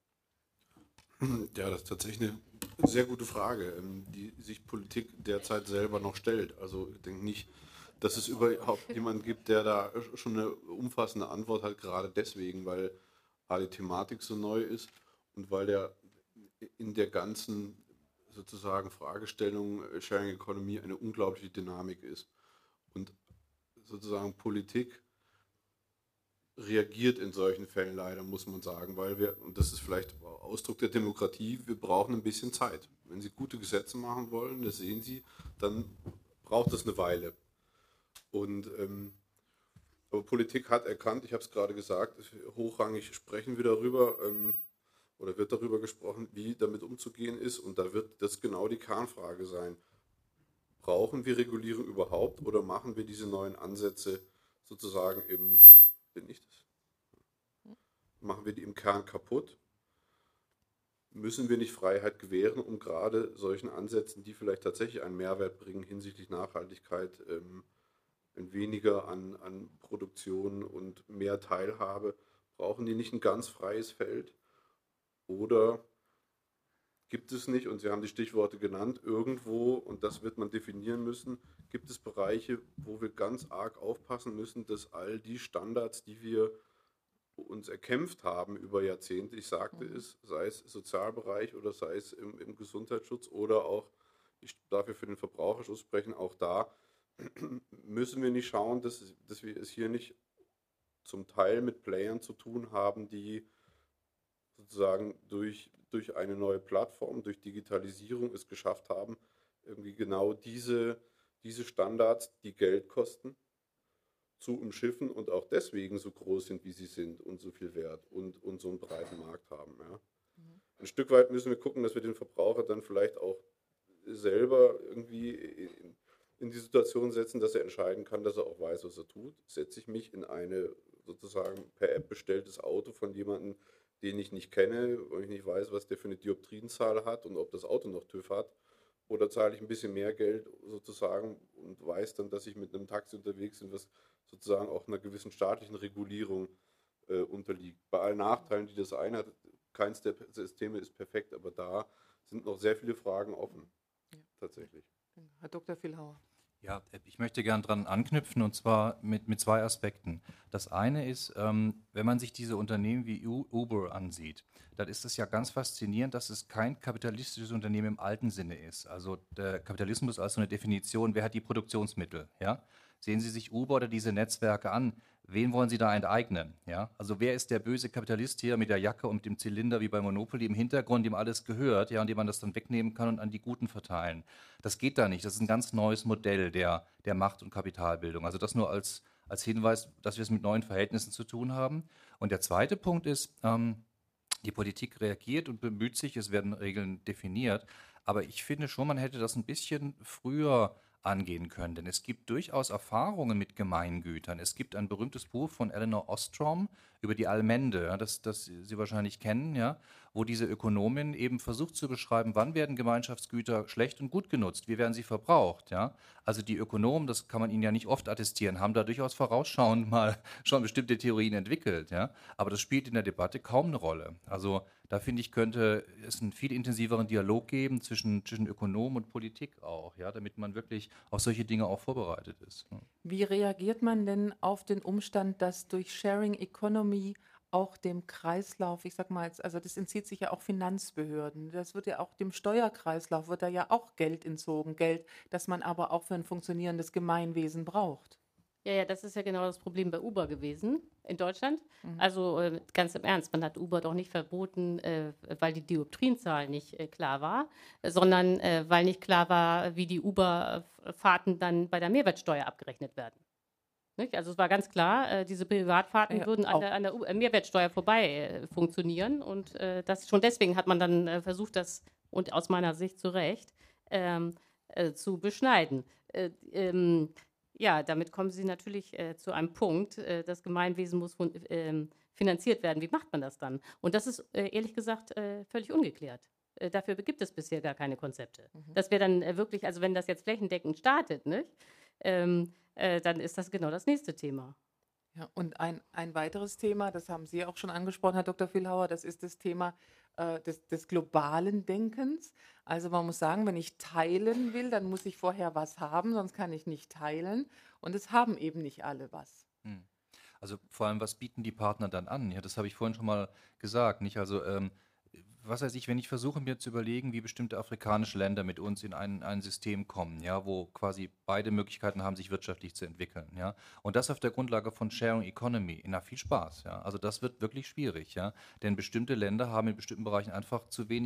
Ja, das ist tatsächlich eine sehr gute Frage, die sich Politik derzeit selber noch stellt. Also ich denke nicht, dass es überhaupt jemanden gibt, der da schon eine umfassende Antwort hat, gerade deswegen, weil A, die Thematik so neu ist und weil der in der ganzen sozusagen Fragestellung Sharing Economy eine unglaubliche Dynamik ist. Und sozusagen Politik reagiert in solchen Fällen leider, muss man sagen, weil wir, und das ist vielleicht Ausdruck der Demokratie, wir brauchen ein bisschen Zeit. Wenn Sie gute Gesetze machen wollen, das sehen Sie, dann braucht das eine Weile. Und ähm, aber Politik hat erkannt, ich habe es gerade gesagt, hochrangig sprechen wir darüber, ähm, oder wird darüber gesprochen, wie damit umzugehen ist. Und da wird das genau die Kernfrage sein. Brauchen wir Regulierung überhaupt oder machen wir diese neuen Ansätze sozusagen im, bin ich das? Machen wir die im Kern kaputt? Müssen wir nicht Freiheit gewähren, um gerade solchen Ansätzen, die vielleicht tatsächlich einen Mehrwert bringen hinsichtlich Nachhaltigkeit, ähm, weniger an, an Produktion und mehr Teilhabe, brauchen die nicht ein ganz freies Feld? Oder gibt es nicht, und Sie haben die Stichworte genannt, irgendwo, und das wird man definieren müssen, gibt es Bereiche, wo wir ganz arg aufpassen müssen, dass all die Standards, die wir uns erkämpft haben über Jahrzehnte, ich sagte mhm. es, sei es Sozialbereich oder sei es im, im Gesundheitsschutz oder auch, ich darf ja für den Verbraucherschutz sprechen, auch da müssen wir nicht schauen, dass, dass wir es hier nicht zum Teil mit Playern zu tun haben, die sozusagen durch, durch eine neue Plattform, durch Digitalisierung es geschafft haben, irgendwie genau diese, diese Standards, die Geld kosten, zu umschiffen und auch deswegen so groß sind, wie sie sind und so viel Wert und, und so einen breiten Markt haben. Ja. Mhm. Ein Stück weit müssen wir gucken, dass wir den Verbraucher dann vielleicht auch selber irgendwie in, in die Situation setzen, dass er entscheiden kann, dass er auch weiß, was er tut. Setze ich mich in eine sozusagen per App bestelltes Auto von jemandem, den ich nicht kenne, wo ich nicht weiß, was der für eine Dioptrienzahl hat und ob das Auto noch TÜV hat, oder zahle ich ein bisschen mehr Geld sozusagen und weiß dann, dass ich mit einem Taxi unterwegs bin, was sozusagen auch einer gewissen staatlichen Regulierung äh, unterliegt. Bei allen Nachteilen, die das eine hat, keins der Systeme ist perfekt, aber da sind noch sehr viele Fragen offen, ja. Tatsächlich. Herr Doktor Villhauer. Ja, ich möchte gern dran anknüpfen und zwar mit, mit zwei Aspekten. Das eine ist, ähm, wenn man sich diese Unternehmen wie Uber ansieht, dann ist es ja ganz faszinierend, dass es kein kapitalistisches Unternehmen im alten Sinne ist. Also der Kapitalismus als so eine Definition, wer hat die Produktionsmittel? Ja? Sehen Sie sich Uber oder diese Netzwerke an. Wen wollen Sie da enteignen? Ja? Also wer ist der böse Kapitalist hier mit der Jacke und dem Zylinder wie bei Monopoly im Hintergrund, dem alles gehört, ja, und dem man das dann wegnehmen kann und an die Guten verteilen? Das geht da nicht. Das ist ein ganz neues Modell der, der Macht- und Kapitalbildung. Also das nur als, als Hinweis, dass wir es mit neuen Verhältnissen zu tun haben. Und der zweite Punkt ist, ähm, die Politik reagiert und bemüht sich, es werden Regeln definiert. Aber ich finde schon, man hätte das ein bisschen früher angehen können. Denn es gibt durchaus Erfahrungen mit Gemeingütern. Es gibt ein berühmtes Buch von Elinor Ostrom über die Allmende, ja, das, das Sie wahrscheinlich kennen, ja, wo diese Ökonomin eben versucht zu beschreiben, wann werden Gemeinschaftsgüter schlecht und gut genutzt, wie werden sie verbraucht. Ja. Also die Ökonomen, das kann man ihnen ja nicht oft attestieren, haben da durchaus vorausschauend mal schon bestimmte Theorien entwickelt. Ja. Aber das spielt in der Debatte kaum eine Rolle. Also da finde ich, könnte es einen viel intensiveren Dialog geben zwischen, zwischen Ökonomen und Politik auch, ja, damit man wirklich auf solche Dinge auch vorbereitet ist. Wie reagiert man denn auf den Umstand, dass durch Sharing Economy auch dem Kreislauf, ich sag mal, also das entzieht sich ja auch Finanzbehörden, das wird ja auch dem Steuerkreislauf, wird da ja auch Geld entzogen, Geld, das man aber auch für ein funktionierendes Gemeinwesen braucht. Ja, ja, das ist ja genau das Problem bei Uber gewesen in Deutschland. Mhm. Also äh, ganz im Ernst, man hat Uber doch nicht verboten, äh, weil die Dioptrienzahl nicht äh, klar war, äh, sondern äh, weil nicht klar war, wie die Uber-Fahrten dann bei der Mehrwertsteuer abgerechnet werden. Nicht? Also es war ganz klar, äh, diese Privatfahrten ja, würden an der, an der U- Mehrwertsteuer vorbei äh, funktionieren. Und äh, das, schon deswegen hat man dann äh, versucht, das, und aus meiner Sicht zu Recht, ähm, äh, zu beschneiden. Äh, ähm, Ja, damit kommen Sie natürlich äh, zu einem Punkt, äh, das Gemeinwesen muss fun- ähm, finanziert werden. Wie macht man das dann? Und das ist äh, ehrlich gesagt äh, völlig ungeklärt. Äh, dafür gibt es bisher gar keine Konzepte. Mhm. Das wäre dann äh, wirklich, also wenn das jetzt flächendeckend startet, nicht? Ähm, äh, dann ist das genau das nächste Thema. Ja, und ein, ein weiteres Thema, das haben Sie auch schon angesprochen, Herr Doktor Villhauer, das ist das Thema äh, des, des globalen Denkens. Also man muss sagen, wenn ich teilen will, dann muss ich vorher was haben, sonst kann ich nicht teilen. Und es haben eben nicht alle was. Hm. Also vor allem, was bieten die Partner dann an? Ja, das habe ich vorhin schon mal gesagt. Nicht? Also ähm, was weiß ich, wenn ich versuche mir zu überlegen, wie bestimmte afrikanische Länder mit uns in ein, ein System kommen, ja, wo quasi beide Möglichkeiten haben, sich wirtschaftlich zu entwickeln, ja, und das auf der Grundlage von Sharing Economy, na viel Spaß, ja, also das wird wirklich schwierig, ja, denn bestimmte Länder haben in bestimmten Bereichen einfach zu wenig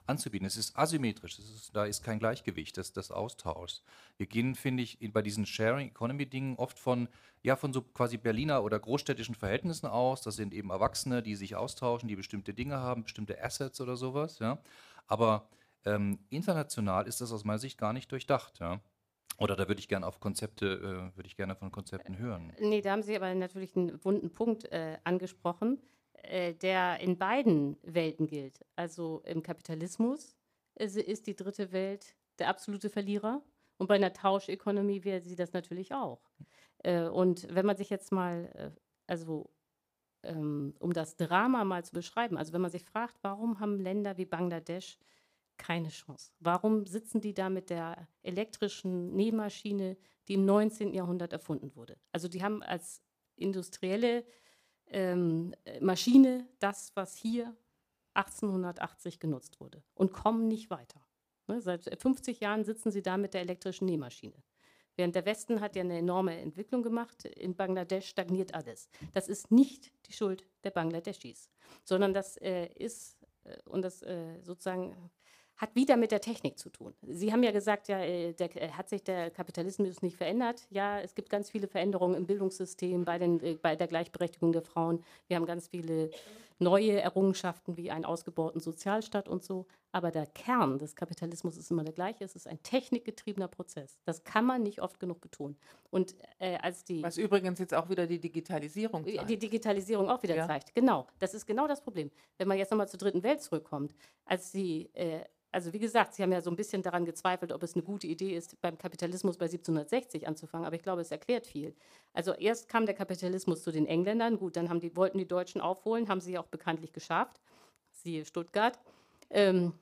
anzubieten. Es ist asymmetrisch, es ist, da ist kein Gleichgewicht des, des Austauschs. Wir gehen, finde ich, bei diesen Sharing-Economy-Dingen oft von, ja, von so quasi Berliner oder großstädtischen Verhältnissen aus. Das sind eben Erwachsene, die sich austauschen, die bestimmte Dinge haben, bestimmte Assets oder sowas. Ja. Aber ähm, international ist das aus meiner Sicht gar nicht durchdacht. Ja. Oder da würde ich gerne auf Konzepte, äh, würde ich gerne von Konzepten hören. Nee, da haben Sie aber natürlich einen wunden Punkt äh, angesprochen, äh, der in beiden Welten gilt. Also im Kapitalismus äh, ist die dritte Welt der absolute Verlierer und bei einer Tauschökonomie wäre sie das natürlich auch. Äh, und wenn man sich jetzt mal, äh, also ähm, um das Drama mal zu beschreiben, also wenn man sich fragt, warum haben Länder wie Bangladesch keine Chance? Warum sitzen die da mit der elektrischen Nähmaschine, die im neunzehnten Jahrhundert erfunden wurde? Also die haben als industrielle ähm, Maschine das, was hier achtzehnhundertachtzig genutzt wurde und kommen nicht weiter. Ne? Seit fünfzig Jahren sitzen sie da mit der elektrischen Nähmaschine. Während der Westen hat ja eine enorme Entwicklung gemacht, in Bangladesch stagniert alles. Das ist nicht die Schuld der Bangladeschis, sondern das äh, ist, äh, und das äh, sozusagen hat wieder mit der Technik zu tun. Sie haben ja gesagt, ja, der, hat sich der Kapitalismus nicht verändert? Ja, es gibt ganz viele Veränderungen im Bildungssystem, bei, den, bei der Gleichberechtigung der Frauen. Wir haben ganz viele neue Errungenschaften wie einen ausgebauten Sozialstaat und so. Aber der Kern des Kapitalismus ist immer der gleiche. Es ist ein technikgetriebener Prozess. Das kann man nicht oft genug betonen. Und, äh, als die, Was übrigens jetzt auch wieder die Digitalisierung zeigt. Die Digitalisierung auch wieder ja. zeigt. Genau, das ist genau das Problem. Wenn man jetzt nochmal zur dritten Welt zurückkommt, als die äh, Also wie gesagt, Sie haben ja so ein bisschen daran gezweifelt, ob es eine gute Idee ist, beim Kapitalismus bei siebzehnhundertsechzig anzufangen, aber ich glaube, es erklärt viel. Also erst kam der Kapitalismus zu den Engländern, gut, dann haben die, wollten die Deutschen aufholen, haben sie auch bekanntlich geschafft, siehe Stuttgart. Ähm,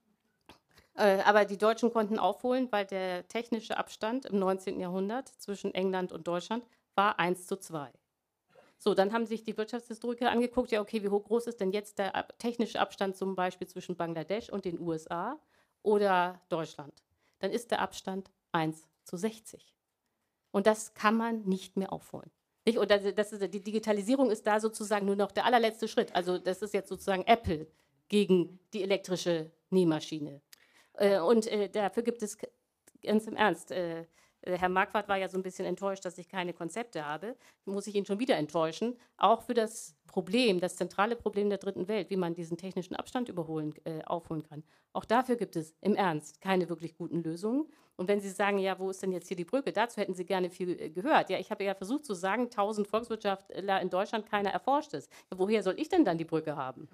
äh, aber die Deutschen konnten aufholen, weil der technische Abstand im neunzehnten Jahrhundert zwischen England und Deutschland war eins zu zwei. So, dann haben sich die Wirtschaftshistoriker angeguckt, ja okay, wie hoch groß ist denn jetzt der ab- technische Abstand zum Beispiel zwischen Bangladesch und den U S A oder Deutschland? Dann ist der Abstand eins zu sechzig. Und das kann man nicht mehr aufholen. Nicht? Und das, das ist, die Digitalisierung ist da sozusagen nur noch der allerletzte Schritt. Also das ist jetzt sozusagen Apple gegen die elektrische Nähmaschine. Äh, und äh, dafür gibt es ganz im Ernst... Äh, Herr Marquardt war ja so ein bisschen enttäuscht, dass ich keine Konzepte habe. Muss ich ihn schon wieder enttäuschen. Auch für das Problem, das zentrale Problem der dritten Welt, wie man diesen technischen Abstand überholen, äh, aufholen kann. Auch dafür gibt es im Ernst keine wirklich guten Lösungen. Und wenn Sie sagen, ja, wo ist denn jetzt hier die Brücke? Dazu hätten Sie gerne viel äh, gehört. Ja, ich habe ja versucht zu sagen, tausend Volkswirtschaftler in Deutschland, keiner erforscht es. Ja, woher soll ich denn dann die Brücke haben?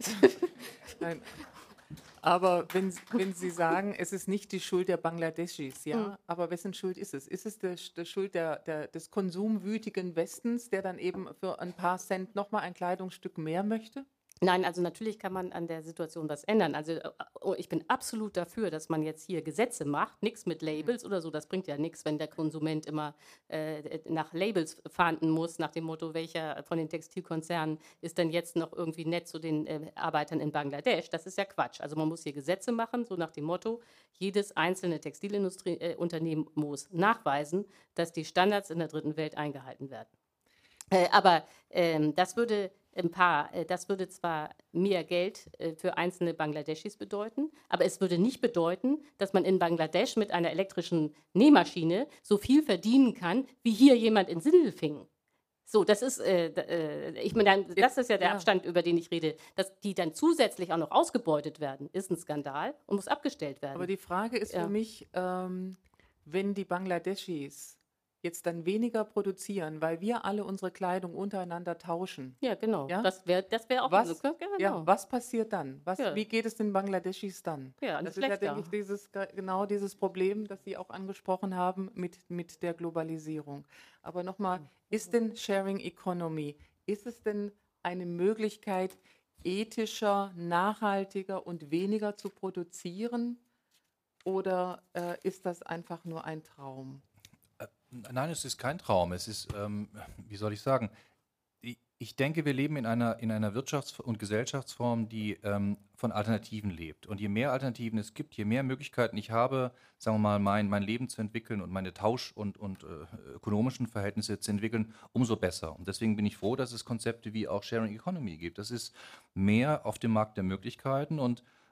Nein. Aber wenn, wenn Sie sagen, es ist nicht die Schuld der Bangladeschis, ja, mhm. aber wessen Schuld ist es? Ist es die, die Schuld der, der, des konsumwütigen Westens, der dann eben für ein paar Cent nochmal ein Kleidungsstück mehr möchte? Nein, also natürlich kann man an der Situation was ändern. Also ich bin absolut dafür, dass man jetzt hier Gesetze macht, nichts mit Labels oder so, das bringt ja nichts, wenn der Konsument immer äh, nach Labels fahnden muss, nach dem Motto, welcher von den Textilkonzernen ist denn jetzt noch irgendwie nett zu den äh, Arbeitern in Bangladesch. Das ist ja Quatsch. Also man muss hier Gesetze machen, so nach dem Motto, jedes einzelne Textilunternehmen äh, muss nachweisen, dass die Standards in der dritten Welt eingehalten werden. Äh, aber ähm, das würde ein paar, äh, das würde zwar mehr Geld äh, für einzelne Bangladeschis bedeuten, aber es würde nicht bedeuten, dass man in Bangladesch mit einer elektrischen Nähmaschine so viel verdienen kann, wie hier jemand in Sindelfingen. So, das ist, äh, äh, ich meine, das ist ja der ja. Abstand, über den ich rede, dass die dann zusätzlich auch noch ausgebeutet werden, ist ein Skandal und muss abgestellt werden. Aber die Frage ist ja. für mich, ähm, wenn die Bangladeschis jetzt dann weniger produzieren, weil wir alle unsere Kleidung untereinander tauschen. Ja, genau. Ja? Das wäre das wär auch was, so. Ja, genau. ja, was passiert dann? Was, ja. Wie geht es den Bangladeschis dann? Ja, das ist schlechter. ja, denke ich, dieses, genau dieses Problem, das Sie auch angesprochen haben mit, mit der Globalisierung. Aber nochmal, ist denn Sharing Economy, ist es denn eine Möglichkeit, ethischer, nachhaltiger und weniger zu produzieren? Oder äh, ist das einfach nur ein Traum? Nein, es ist kein Traum. Es ist, ähm, wie soll ich sagen, ich, ich denke, wir leben in einer, in einer Wirtschafts- und Gesellschaftsform, die ähm, von Alternativen lebt. Und je mehr Alternativen es gibt, je mehr Möglichkeiten ich habe, sagen wir mal, mein, mein Leben zu entwickeln und meine Tausch- und, und äh, ökonomischen Verhältnisse zu entwickeln, umso besser. Und deswegen bin ich froh, dass es Konzepte wie auch Sharing Economy gibt. Das ist mehr auf dem Markt der Möglichkeiten und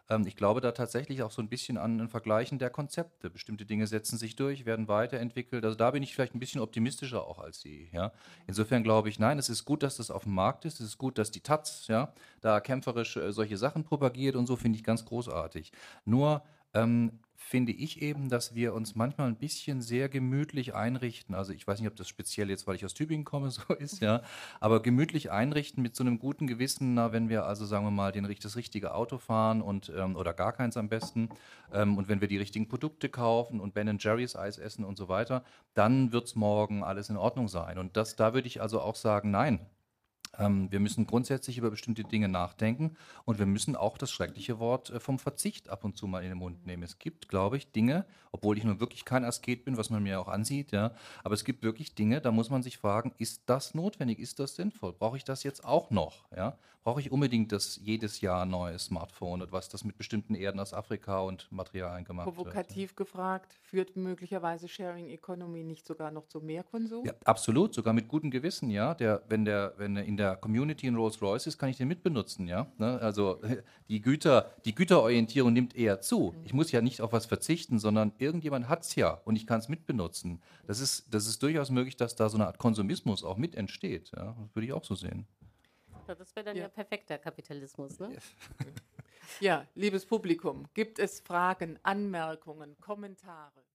Ähm, ich glaube da tatsächlich auch so ein bisschen an ein Vergleichen der Konzepte. Bestimmte Dinge setzen sich durch, werden weiterentwickelt. Also da bin ich vielleicht ein bisschen optimistischer auch als Sie. Ja? Insofern glaube ich, nein, es ist gut, dass das auf dem Markt ist. Es ist gut, dass die Taz ja, da kämpferisch äh, solche Sachen propagiert und so, finde ich ganz großartig. Nur ähm, finde ich eben, dass wir uns manchmal ein bisschen sehr gemütlich einrichten. Also ich weiß nicht, ob das speziell jetzt, weil ich aus Tübingen komme, so ist, ja, aber gemütlich einrichten mit so einem guten Gewissen, na, wenn wir also, sagen wir mal, den, das richtige Auto fahren und ähm, oder gar keins am besten ähm, und wenn wir die richtigen Produkte kaufen und Ben and Jerry's Eis essen und so weiter, dann wird es morgen alles in Ordnung sein. Und das, da würde ich also auch sagen, nein. Ähm, wir müssen grundsätzlich über bestimmte Dinge nachdenken und wir müssen auch das schreckliche Wort äh, vom Verzicht ab und zu mal in den Mund nehmen. Es gibt, glaube ich, Dinge, obwohl ich nun wirklich kein Asket bin, was man mir auch ansieht, ja, aber es gibt wirklich Dinge, da muss man sich fragen, ist das notwendig, ist das sinnvoll? Brauche ich das jetzt auch noch? Ja? Brauche ich unbedingt das jedes Jahr neue Smartphone und was das mit bestimmten Erden aus Afrika und Materialien gemacht wird? Provokativ gefragt, führt möglicherweise Sharing Economy nicht sogar noch zu mehr Konsum? Ja, absolut, sogar mit gutem Gewissen, ja. Der, wenn der, wenn er in der Community in Rolls-Royce ist, kann ich den mitbenutzen, ja. Ne? Also die Güter, die Güterorientierung nimmt eher zu. Ich muss ja nicht auf was verzichten, sondern irgendjemand hat es ja und ich kann es mitbenutzen. Das ist, das ist durchaus möglich, dass da so eine Art Konsumismus auch mit entsteht. Ja? Das würde ich auch so sehen. Das wäre dann ja. ja perfekter Kapitalismus, ne? Ja, liebes Publikum, gibt es Fragen, Anmerkungen, Kommentare?